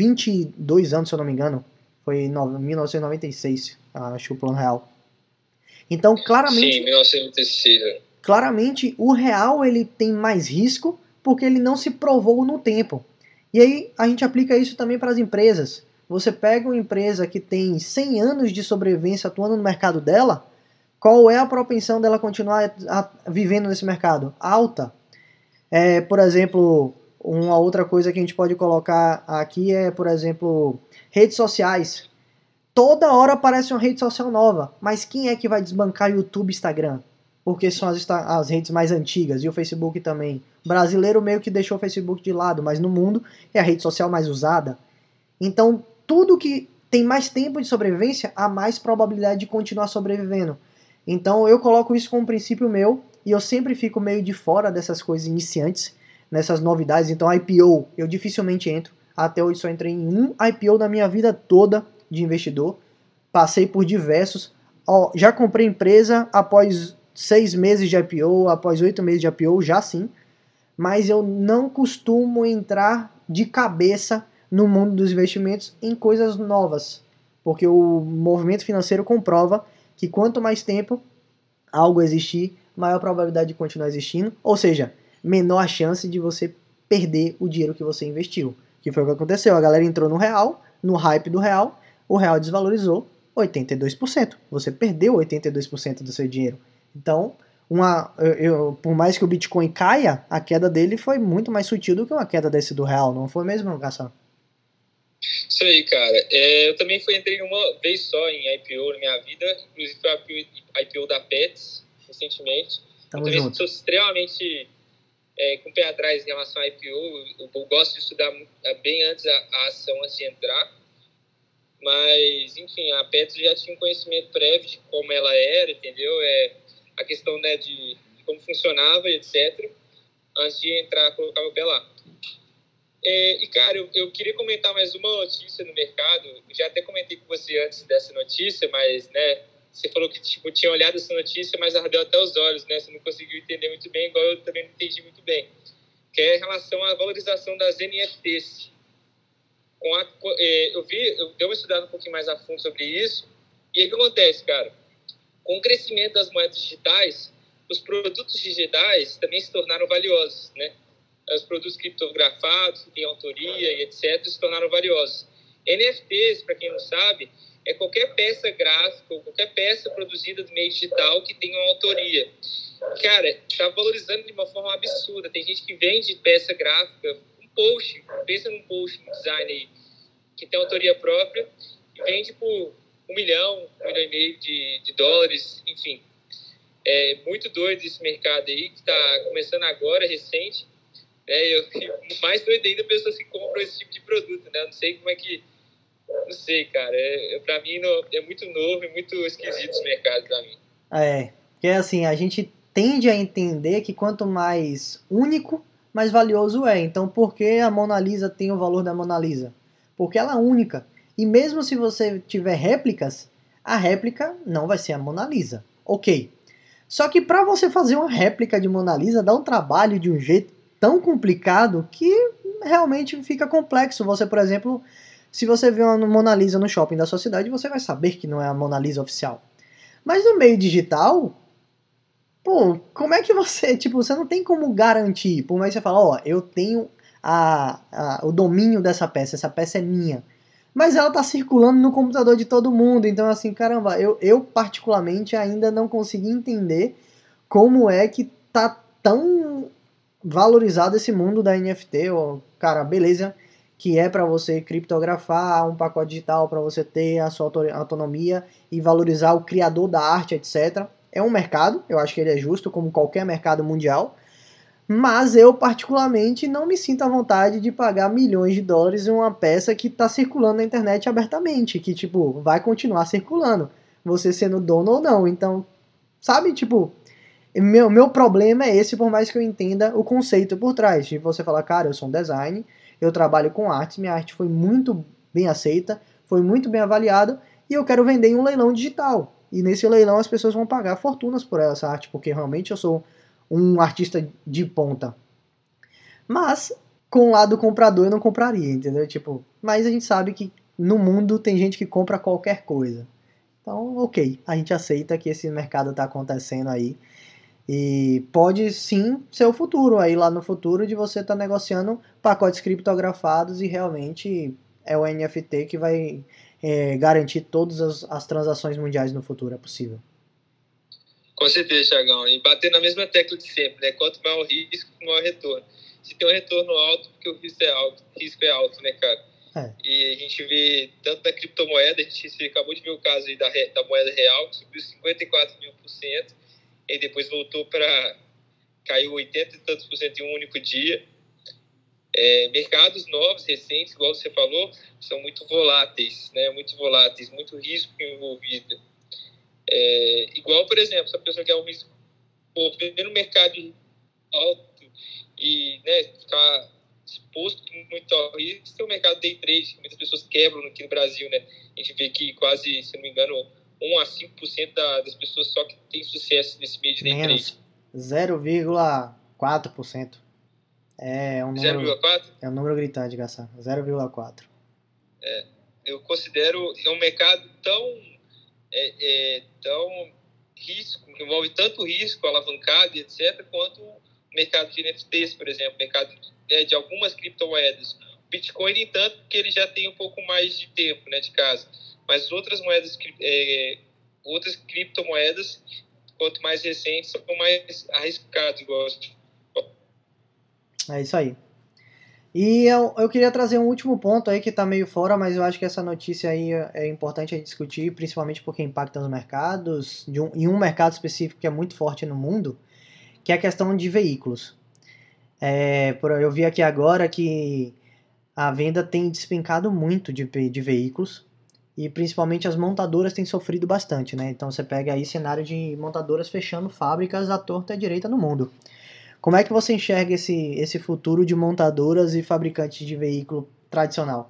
22 anos, se eu não me engano. Foi em 1996, acho, o plano real. Então, claramente... Sim, 1996. Claramente, o real ele tem mais risco porque ele não se provou no tempo. E aí, a gente aplica isso também para as empresas. Você pega uma empresa que tem 100 anos de sobrevivência atuando no mercado dela, qual é a propensão dela continuar vivendo nesse mercado? Alta. Por exemplo, uma outra coisa que a gente pode colocar aqui é, por exemplo, redes sociais. Toda hora aparece uma rede social nova, mas quem é que vai desbancar YouTube e Instagram? Porque são as redes mais antigas, e o Facebook também. O brasileiro meio que deixou o Facebook de lado, mas no mundo é a rede social mais usada. Então, tudo que tem mais tempo de sobrevivência, há mais probabilidade de continuar sobrevivendo. Então, eu coloco isso como um princípio meu, e eu sempre fico meio de fora dessas coisas iniciantes, nessas novidades. Então, IPO, eu dificilmente entro. Até hoje só entrei em um IPO na minha vida toda de investidor. Passei por diversos. Já comprei empresa após 6 meses de IPO, após 8 meses de IPO, já sim. Mas eu não costumo entrar de cabeça no mundo dos investimentos em coisas novas. Porque o movimento financeiro comprova que quanto mais tempo algo existir, maior probabilidade de continuar existindo. Ou seja, menor a chance de você perder o dinheiro que você investiu. Que foi o que aconteceu. A galera entrou no real, no hype do real, o real desvalorizou 82%. Você perdeu 82% do seu dinheiro. Então, por mais que o Bitcoin caia, a queda dele foi muito mais sutil do que uma queda desse do real, não foi mesmo, Gassan? Isso aí, cara. Eu também entrei uma vez só em IPO na minha vida, inclusive foi a IPO da Pets, recentemente. Tamo eu também junto. sou extremamente com o pé atrás em relação a IPO. Eu gosto de estudar bem antes a ação, antes de entrar. Mas, enfim, a Pets já tinha um conhecimento prévio de como ela era, entendeu? A questão, né, de como funcionava e etc. Antes de entrar, colocar o pé lá. E, cara, eu queria comentar mais uma notícia no mercado. Eu já até comentei com você antes dessa notícia, mas, né, você falou que tipo, tinha olhado essa notícia, mas ardeu até os olhos, né? Você não conseguiu entender muito bem, igual eu também não entendi muito bem. Que é em relação à valorização das NFTs. Eu dei uma estudada um pouquinho mais a fundo sobre isso. E aí o que acontece, cara? Com o crescimento das moedas digitais, os produtos digitais também se tornaram valiosos, né? Os produtos criptografados, que têm autoria e etc., se tornaram valiosos. NFTs, para quem não sabe, é qualquer peça gráfica ou qualquer peça produzida do meio digital que tenha uma autoria. Cara, está valorizando de uma forma absurda. Tem gente que vende peça gráfica, um post, pensa num post, no design aí, que tem autoria própria e vende por 1 milhão, 1,5 milhão de dólares, enfim. É muito doido esse mercado aí, que está começando agora, recente. Eu fico mais doido ainda pessoas que compram esse tipo de produto, né? Eu não sei como é que... Não sei, cara. Pra mim é muito novo e muito esquisito esse mercado pra mim. Porque assim, a gente tende a entender que quanto mais único, mais valioso é. Então, por que a Mona Lisa tem o valor da Mona Lisa? Porque ela é única. E mesmo se você tiver réplicas, a réplica não vai ser a Mona Lisa. Ok. Só que para você fazer uma réplica de Mona Lisa dá um trabalho de um jeito tão complicado que realmente fica complexo. Você, por exemplo, se você vê uma Mona Lisa no shopping da sua cidade, você vai saber que não é a Mona Lisa oficial. Mas no meio digital, pô, como é que você, tipo, você não tem como garantir, por mais que você fala, ó, eu tenho o domínio dessa peça, essa peça é minha. Mas ela tá circulando no computador de todo mundo, então assim, caramba, eu particularmente ainda não consegui entender como é que tá tão valorizado esse mundo da NFT, ó, cara, beleza, que é para você criptografar um pacote digital, para você ter a sua autonomia e valorizar o criador da arte, etc. É um mercado, eu acho que ele é justo, como qualquer mercado mundial, mas eu particularmente não me sinto à vontade de pagar milhões de dólares em uma peça que está circulando na internet abertamente, que tipo, vai continuar circulando, você sendo dono ou não. Então, sabe, tipo, meu problema é esse, por mais que eu entenda o conceito por trás. De você falar, cara, eu sou um design, eu trabalho com arte, minha arte foi muito bem aceita, foi muito bem avaliada, e eu quero vender em um leilão digital. E nesse leilão as pessoas vão pagar fortunas por essa arte, porque realmente eu sou um artista de ponta. Mas, com o lado comprador, eu não compraria, entendeu? Tipo, mas a gente sabe que no mundo tem gente que compra qualquer coisa. Então, ok, a gente aceita que esse mercado está acontecendo aí. E pode sim ser o futuro, aí lá no futuro, de você estar negociando pacotes criptografados e realmente é o NFT que vai garantir todas as transações mundiais no futuro, é possível. Com certeza, Thiagão. E bater na mesma tecla de sempre, né? Quanto maior o risco, maior o retorno. Se tem um retorno alto, porque o risco é alto, né, cara? E a gente vê tanto da criptomoeda, a gente acabou de ver o caso aí da moeda real, que subiu 54.000%, e depois voltou para... caiu 80 e tantos por cento em um único dia. Mercados novos, recentes, igual você falou, são muito voláteis, né? Muito voláteis, muito risco envolvido. Igual, por exemplo, se a pessoa quer um risco vender no mercado alto e, né, ficar exposto muito ao risco, tem o mercado day trade, que muitas pessoas quebram aqui no Brasil, né? A gente vê que quase, se não me engano, 1 a 5% das pessoas só que tem sucesso nesse meio de day trade. 0,4%. É um número, 0,4%? É um número gritante, Gaçar. 0,4%. Eu considero um mercado tão risco, envolve tanto risco, alavancado, etc., quanto o mercado de NFTs, por exemplo, mercado de algumas criptomoedas. O Bitcoin, nem tanto, porque ele já tem um pouco mais de tempo, né, de casa. Mas outras moedas, outras criptomoedas, quanto mais recentes, são mais arriscados, gosto. É isso aí. E eu queria trazer um último ponto aí que está meio fora, mas eu acho que essa notícia aí é importante a gente discutir, principalmente porque impacta os mercados, em um mercado específico que é muito forte no mundo, que é a questão de veículos. Eu vi aqui agora que a venda tem despencado muito de veículos, e principalmente as montadoras têm sofrido bastante, né? Então você pega aí cenário de montadoras fechando fábricas à torta e à direita no mundo. Como é que você enxerga esse futuro de montadoras e fabricantes de veículo tradicional?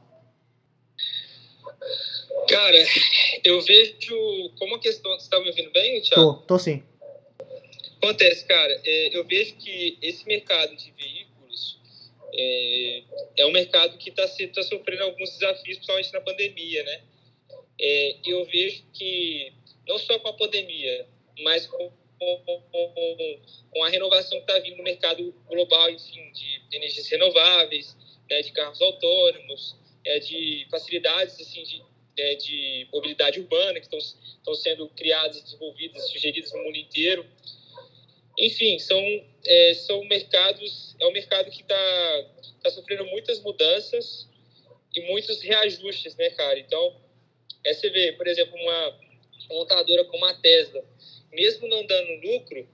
Cara, eu vejo como a questão... Você está me ouvindo bem, Thiago? Tô sim. Acontece, cara, eu vejo que esse mercado de veículos é um mercado que está sofrendo alguns desafios, principalmente na pandemia, né? Eu vejo que, não só com a pandemia, mas com a renovação que está vindo no mercado global, enfim, de energias renováveis, né, de carros autônomos, de facilidades assim, de mobilidade urbana que estão sendo criadas, desenvolvidas, sugeridas no mundo inteiro. Enfim, são mercados, é um mercado que está sofrendo muitas mudanças e muitos reajustes, né, cara? Então, você vê, por exemplo, uma montadora como a Tesla, mesmo não dando lucro,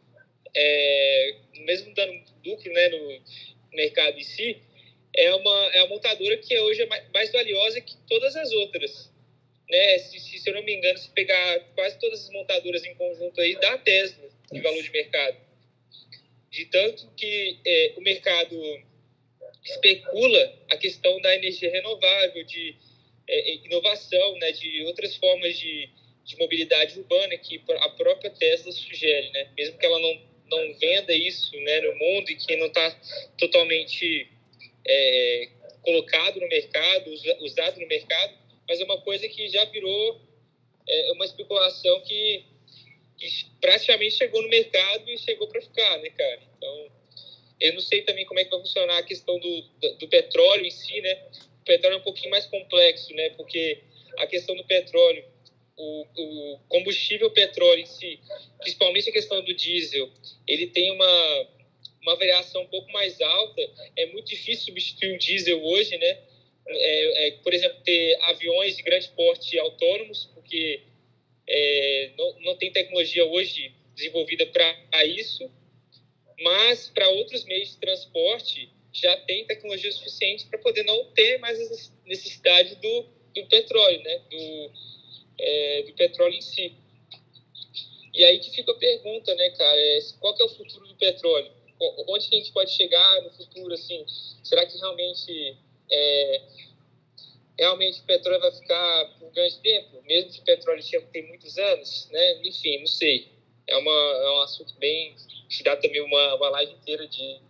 né, no mercado em si, é uma montadora que hoje é mais valiosa que todas as outras. Né? Se eu não me engano, se pegar quase todas as montadoras em conjunto aí, dá a Tesla em valor de mercado. De tanto que o mercado especula a questão da energia renovável, de inovação, né, de outras formas de mobilidade urbana que a própria Tesla sugere, né? Mesmo que ela não venda isso, né, no mundo, e que não está totalmente colocado no mercado, usado no mercado, mas é uma coisa que já virou uma especulação que praticamente chegou no mercado e chegou para ficar, né, cara? Então, eu não sei também como é que vai funcionar a questão do petróleo em si, né? O petróleo é um pouquinho mais complexo, né? Porque a questão do petróleo, o combustível petróleo em si, principalmente a questão do diesel, ele tem uma variação um pouco mais alta. É muito difícil substituir o diesel hoje, né? Por exemplo, ter aviões de grande porte autônomos, porque não tem tecnologia hoje desenvolvida para isso, mas para outros meios de transporte já tem tecnologia suficiente para poder não ter mais a necessidade do petróleo, né? Do petróleo em si. E aí que fica a pergunta, né, cara? Qual que é o futuro do petróleo? Onde que a gente pode chegar no futuro, assim? Será que realmente o petróleo vai ficar por um grande tempo? Mesmo que o petróleo tem muitos anos, né? Enfim, não sei. É um assunto bem... que dá também uma live inteira de...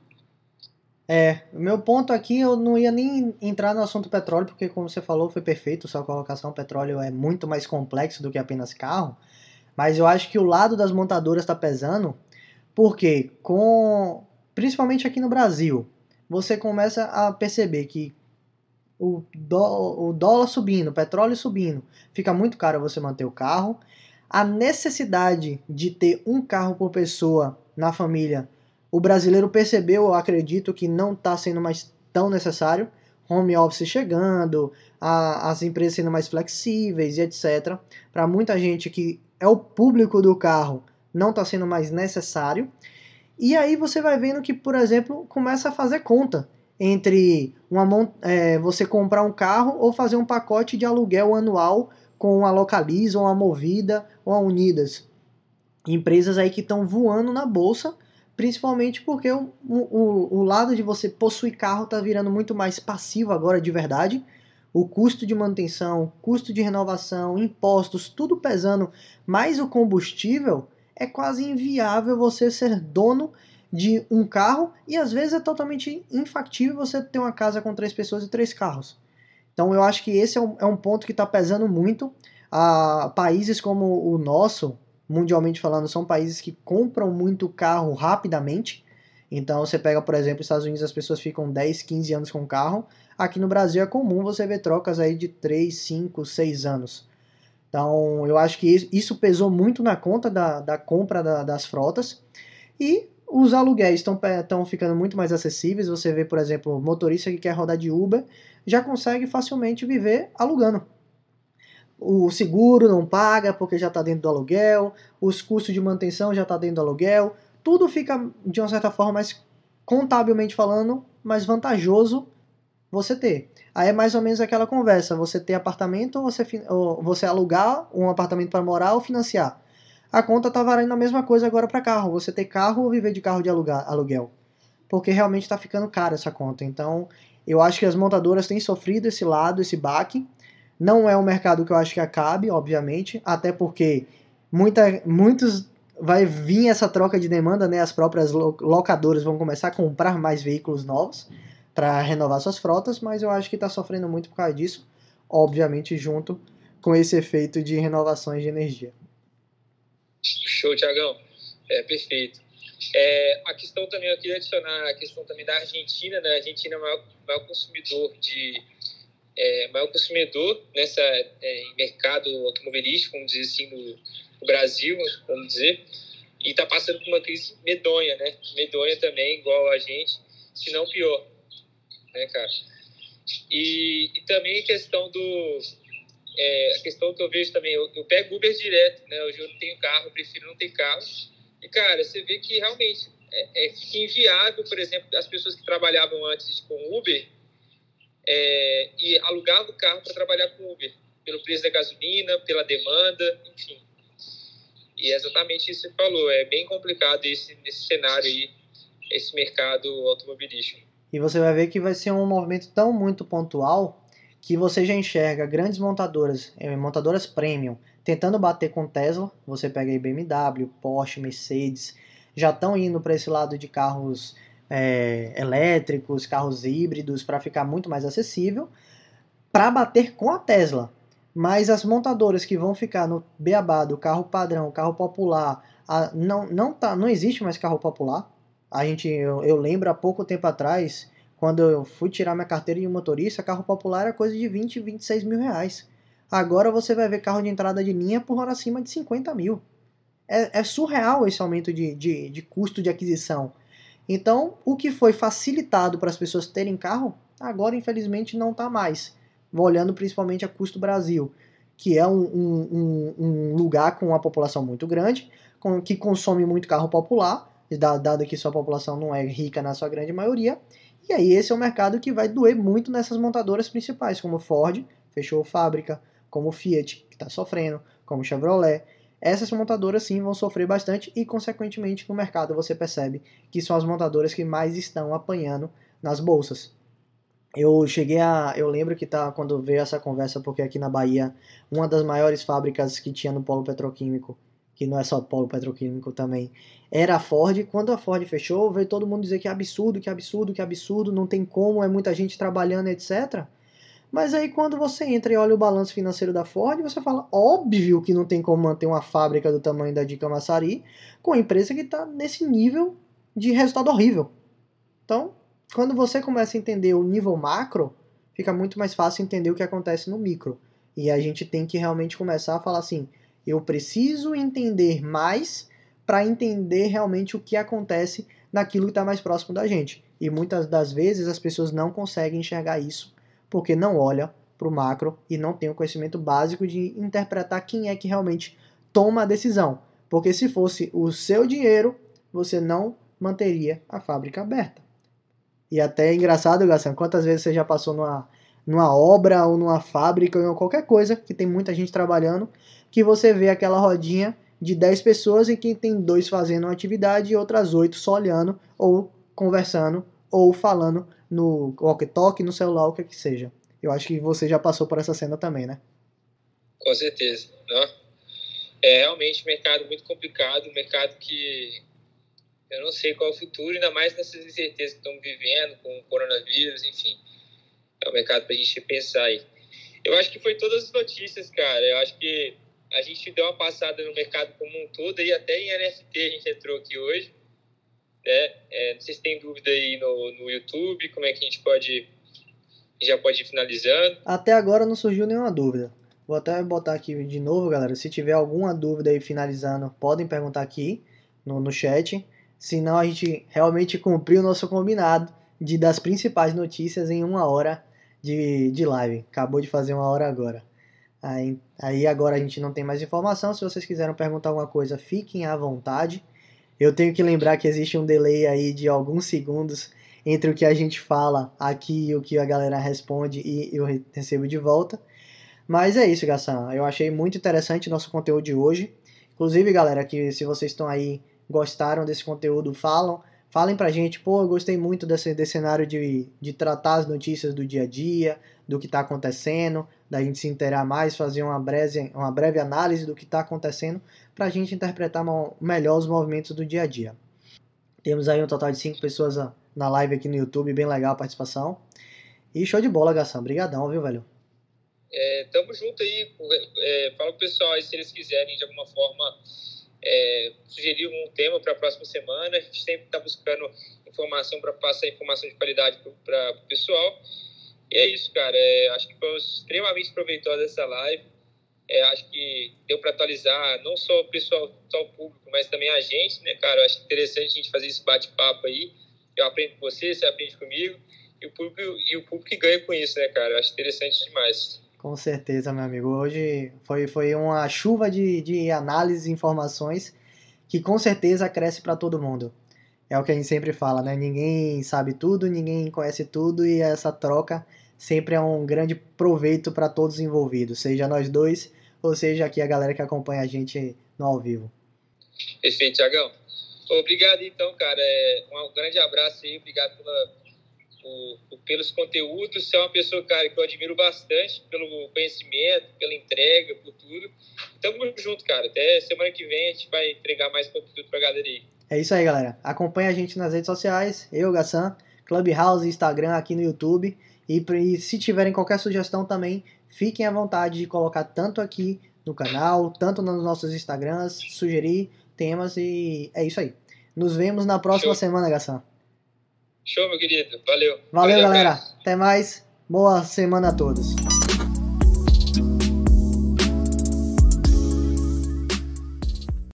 O meu ponto aqui, eu não ia nem entrar no assunto petróleo, porque como você falou, foi perfeito sua colocação, o petróleo é muito mais complexo do que apenas carro, mas eu acho que o lado das montadoras está pesando, porque principalmente aqui no Brasil, você começa a perceber que o dólar subindo, o petróleo subindo, fica muito caro você manter o carro, a necessidade de ter um carro por pessoa na família, o brasileiro percebeu, eu acredito que não está sendo mais tão necessário, home office chegando, as empresas sendo mais flexíveis e etc. Para muita gente que é o público do carro, não está sendo mais necessário. E aí você vai vendo que, por exemplo, começa a fazer conta entre você comprar um carro ou fazer um pacote de aluguel anual com a Localiza, ou a Movida, ou a Unidas. Empresas aí que estão voando na bolsa, principalmente porque o lado de você possuir carro está virando muito mais passivo agora de verdade. O custo de manutenção, custo de renovação, impostos, tudo pesando, mais o combustível, é quase inviável você ser dono de um carro e às vezes é totalmente infactível você ter uma casa com 3 pessoas e 3 carros. Então eu acho que esse é um ponto que está pesando muito. Países como o nosso, mundialmente falando, são países que compram muito carro rapidamente. Então você pega, por exemplo, os Estados Unidos, as pessoas ficam 10, 15 anos com carro. Aqui no Brasil é comum você ver trocas aí de 3, 5, 6 anos. Então eu acho que isso pesou muito na conta da compra das frotas. E os aluguéis estão ficando muito mais acessíveis. Você vê, por exemplo, o motorista que quer rodar de Uber já consegue facilmente viver alugando. O seguro não paga porque já está dentro do aluguel, os custos de manutenção já está dentro do aluguel, tudo fica, de uma certa forma, mais contabilmente falando, mais vantajoso você ter. Aí é mais ou menos aquela conversa, você ter apartamento ou você alugar um apartamento para morar ou financiar. A conta tá valendo a mesma coisa agora para carro, você ter carro ou viver de carro de aluguel. Porque realmente está ficando cara essa conta. Então, eu acho que as montadoras têm sofrido esse lado, esse baque. Não é um mercado que eu acho que acabe, obviamente, até porque muitos vai vir essa troca de demanda, né? As próprias locadoras vão começar a comprar mais veículos novos para renovar suas frotas, mas eu acho que está sofrendo muito por causa disso, obviamente junto com esse efeito de renovações de energia. Show, Thiagão. Perfeito. A questão também, eu queria adicionar a questão também da Argentina, né? A Argentina é o maior consumidor nessa mercado automobilístico, vamos dizer assim, no Brasil, vamos dizer, e está passando por uma crise medonha, né? Medonha também, igual a gente, se não pior, né, cara? E também a questão a questão que eu vejo também, eu pego Uber direto, né? Hoje eu não tenho carro, eu prefiro não ter carro. E, cara, você vê que realmente fica inviável, por exemplo, as pessoas que trabalhavam antes com Uber e alugavam o carro para trabalhar com Uber, pelo preço da gasolina, pela demanda, enfim. E é exatamente isso que você falou, é bem complicado nesse cenário aí, esse mercado automobilístico. E você vai ver que vai ser um movimento tão muito pontual que você já enxerga grandes montadoras premium, tentando bater com Tesla. Você pega aí BMW, Porsche, Mercedes, já estão indo para esse lado de carros elétricos, carros híbridos, para ficar muito mais acessível, para bater com a Tesla. Mas as montadoras que vão ficar no beabá do carro padrão, carro popular, não existe mais carro popular. Eu lembro há pouco tempo atrás, quando eu fui tirar minha carteira de motorista, carro popular era coisa de 20, 26 mil reais. Agora você vai ver carro de entrada de linha por hora acima de 50 mil. É surreal esse aumento de custo de aquisição. Então, o que foi facilitado para as pessoas terem carro, agora infelizmente não está mais. Olhando principalmente a Custo Brasil, que é um lugar com uma população muito grande, que consome muito carro popular, dado que sua população não é rica na sua grande maioria. E aí esse é um mercado que vai doer muito nessas montadoras principais, como Ford, fechou fábrica, como Fiat, que está sofrendo, como Chevrolet. Essas montadoras sim vão sofrer bastante e, consequentemente, no mercado você percebe que são as montadoras que mais estão apanhando nas bolsas. Eu lembro que quando veio essa conversa, porque aqui na Bahia, uma das maiores fábricas que tinha no polo petroquímico, que não é só polo petroquímico também, era a Ford. Quando a Ford fechou, veio todo mundo dizer que é absurdo, que é absurdo, que é absurdo, não tem como, é muita gente trabalhando, etc. Mas aí quando você entra e olha o balanço financeiro da Ford, você fala, óbvio que não tem como manter uma fábrica do tamanho da de Camaçari com a empresa que está nesse nível de resultado horrível. Então, quando você começa a entender o nível macro, fica muito mais fácil entender o que acontece no micro. E a gente tem que realmente começar a falar assim, eu preciso entender mais para entender realmente o que acontece naquilo que está mais próximo da gente. E muitas das vezes as pessoas não conseguem enxergar isso porque não olha para o macro e não tem o conhecimento básico de interpretar quem é que realmente toma a decisão. Porque se fosse o seu dinheiro, você não manteria a fábrica aberta. E até é engraçado, Gação, quantas vezes você já passou numa obra ou numa fábrica ou em qualquer coisa que tem muita gente trabalhando, que você vê aquela rodinha de 10 pessoas em que tem 2 fazendo uma atividade e outras 8 só olhando ou conversando ou falando no walkie-talkie, no celular, o que seja. Eu acho que você já passou por essa cena também, né? Com certeza. Não? É realmente um mercado muito complicado, um mercado que eu não sei qual é o futuro, ainda mais nessas incertezas que estamos vivendo com o coronavírus, enfim. É um mercado para a gente pensar aí. Eu acho que foi todas as notícias, cara. Eu acho que a gente deu uma passada no mercado como um todo e até em NFT a gente entrou aqui hoje. Né? Não sei se tem dúvida aí no YouTube, como é que a gente já pode ir finalizando. Até agora não surgiu nenhuma dúvida. Vou até botar aqui de novo, galera. Se tiver alguma dúvida aí finalizando, podem perguntar aqui no chat. Senão a gente realmente cumpriu o nosso combinado das principais notícias em 1 hora de live. Acabou de fazer 1 hora agora. Aí agora a gente não tem mais informação. Se vocês quiserem perguntar alguma coisa, fiquem à vontade. Eu tenho que lembrar que existe um delay aí de alguns segundos entre o que a gente fala aqui e o que a galera responde e eu recebo de volta. Mas é isso, Gação. Eu achei muito interessante o nosso conteúdo de hoje. Inclusive, galera, que se vocês estão aí, gostaram desse conteúdo, falem pra gente, pô, eu gostei muito desse cenário de tratar as notícias do dia a dia, do que está acontecendo, da gente se inteirar mais, fazer uma breve análise do que está acontecendo, para a gente interpretar melhor os movimentos do dia a dia. Temos aí um total de 5 pessoas na live aqui no YouTube, bem legal a participação. E show de bola, Gação. Obrigadão, viu, velho? Tamo junto aí. Fala pro pessoal aí se eles quiserem de alguma forma sugerir um tema para a próxima semana. A gente sempre está buscando informação para passar informação de qualidade para o pessoal. E é isso, cara. Acho que foi extremamente proveitosa essa live. Acho que deu para atualizar não só o pessoal, só o público, mas também a gente, né, cara? Eu acho interessante a gente fazer esse bate-papo aí. Eu aprendo com você aprende comigo. e o público que ganha com isso, né, cara? Eu acho interessante demais. Com certeza, meu amigo. Hoje foi uma chuva de análises e informações que com certeza cresce para todo mundo. É o que a gente sempre fala, né? Ninguém sabe tudo, ninguém conhece tudo e essa troca sempre é um grande proveito para todos os envolvidos, seja nós dois ou seja aqui a galera que acompanha a gente no ao vivo. Perfeito, Thiagão. Obrigado, então, cara. Um grande abraço aí. Obrigado pelos conteúdos. Você é uma pessoa, cara, que eu admiro bastante pelo conhecimento, pela entrega, por tudo. Tamo junto, cara. Até semana que vem a gente vai entregar mais conteúdo pra galera aí. É isso aí, galera. Acompanha a gente nas redes sociais, eu, Gassan, Clubhouse, Instagram, aqui no YouTube. E se tiverem qualquer sugestão também, fiquem à vontade de colocar tanto aqui no canal, tanto nos nossos Instagrams, sugerir temas e é isso aí. Nos vemos na próxima semana, Gassan. Show, meu querido. Valeu. Valeu, galera. Até mais. Boa semana a todos.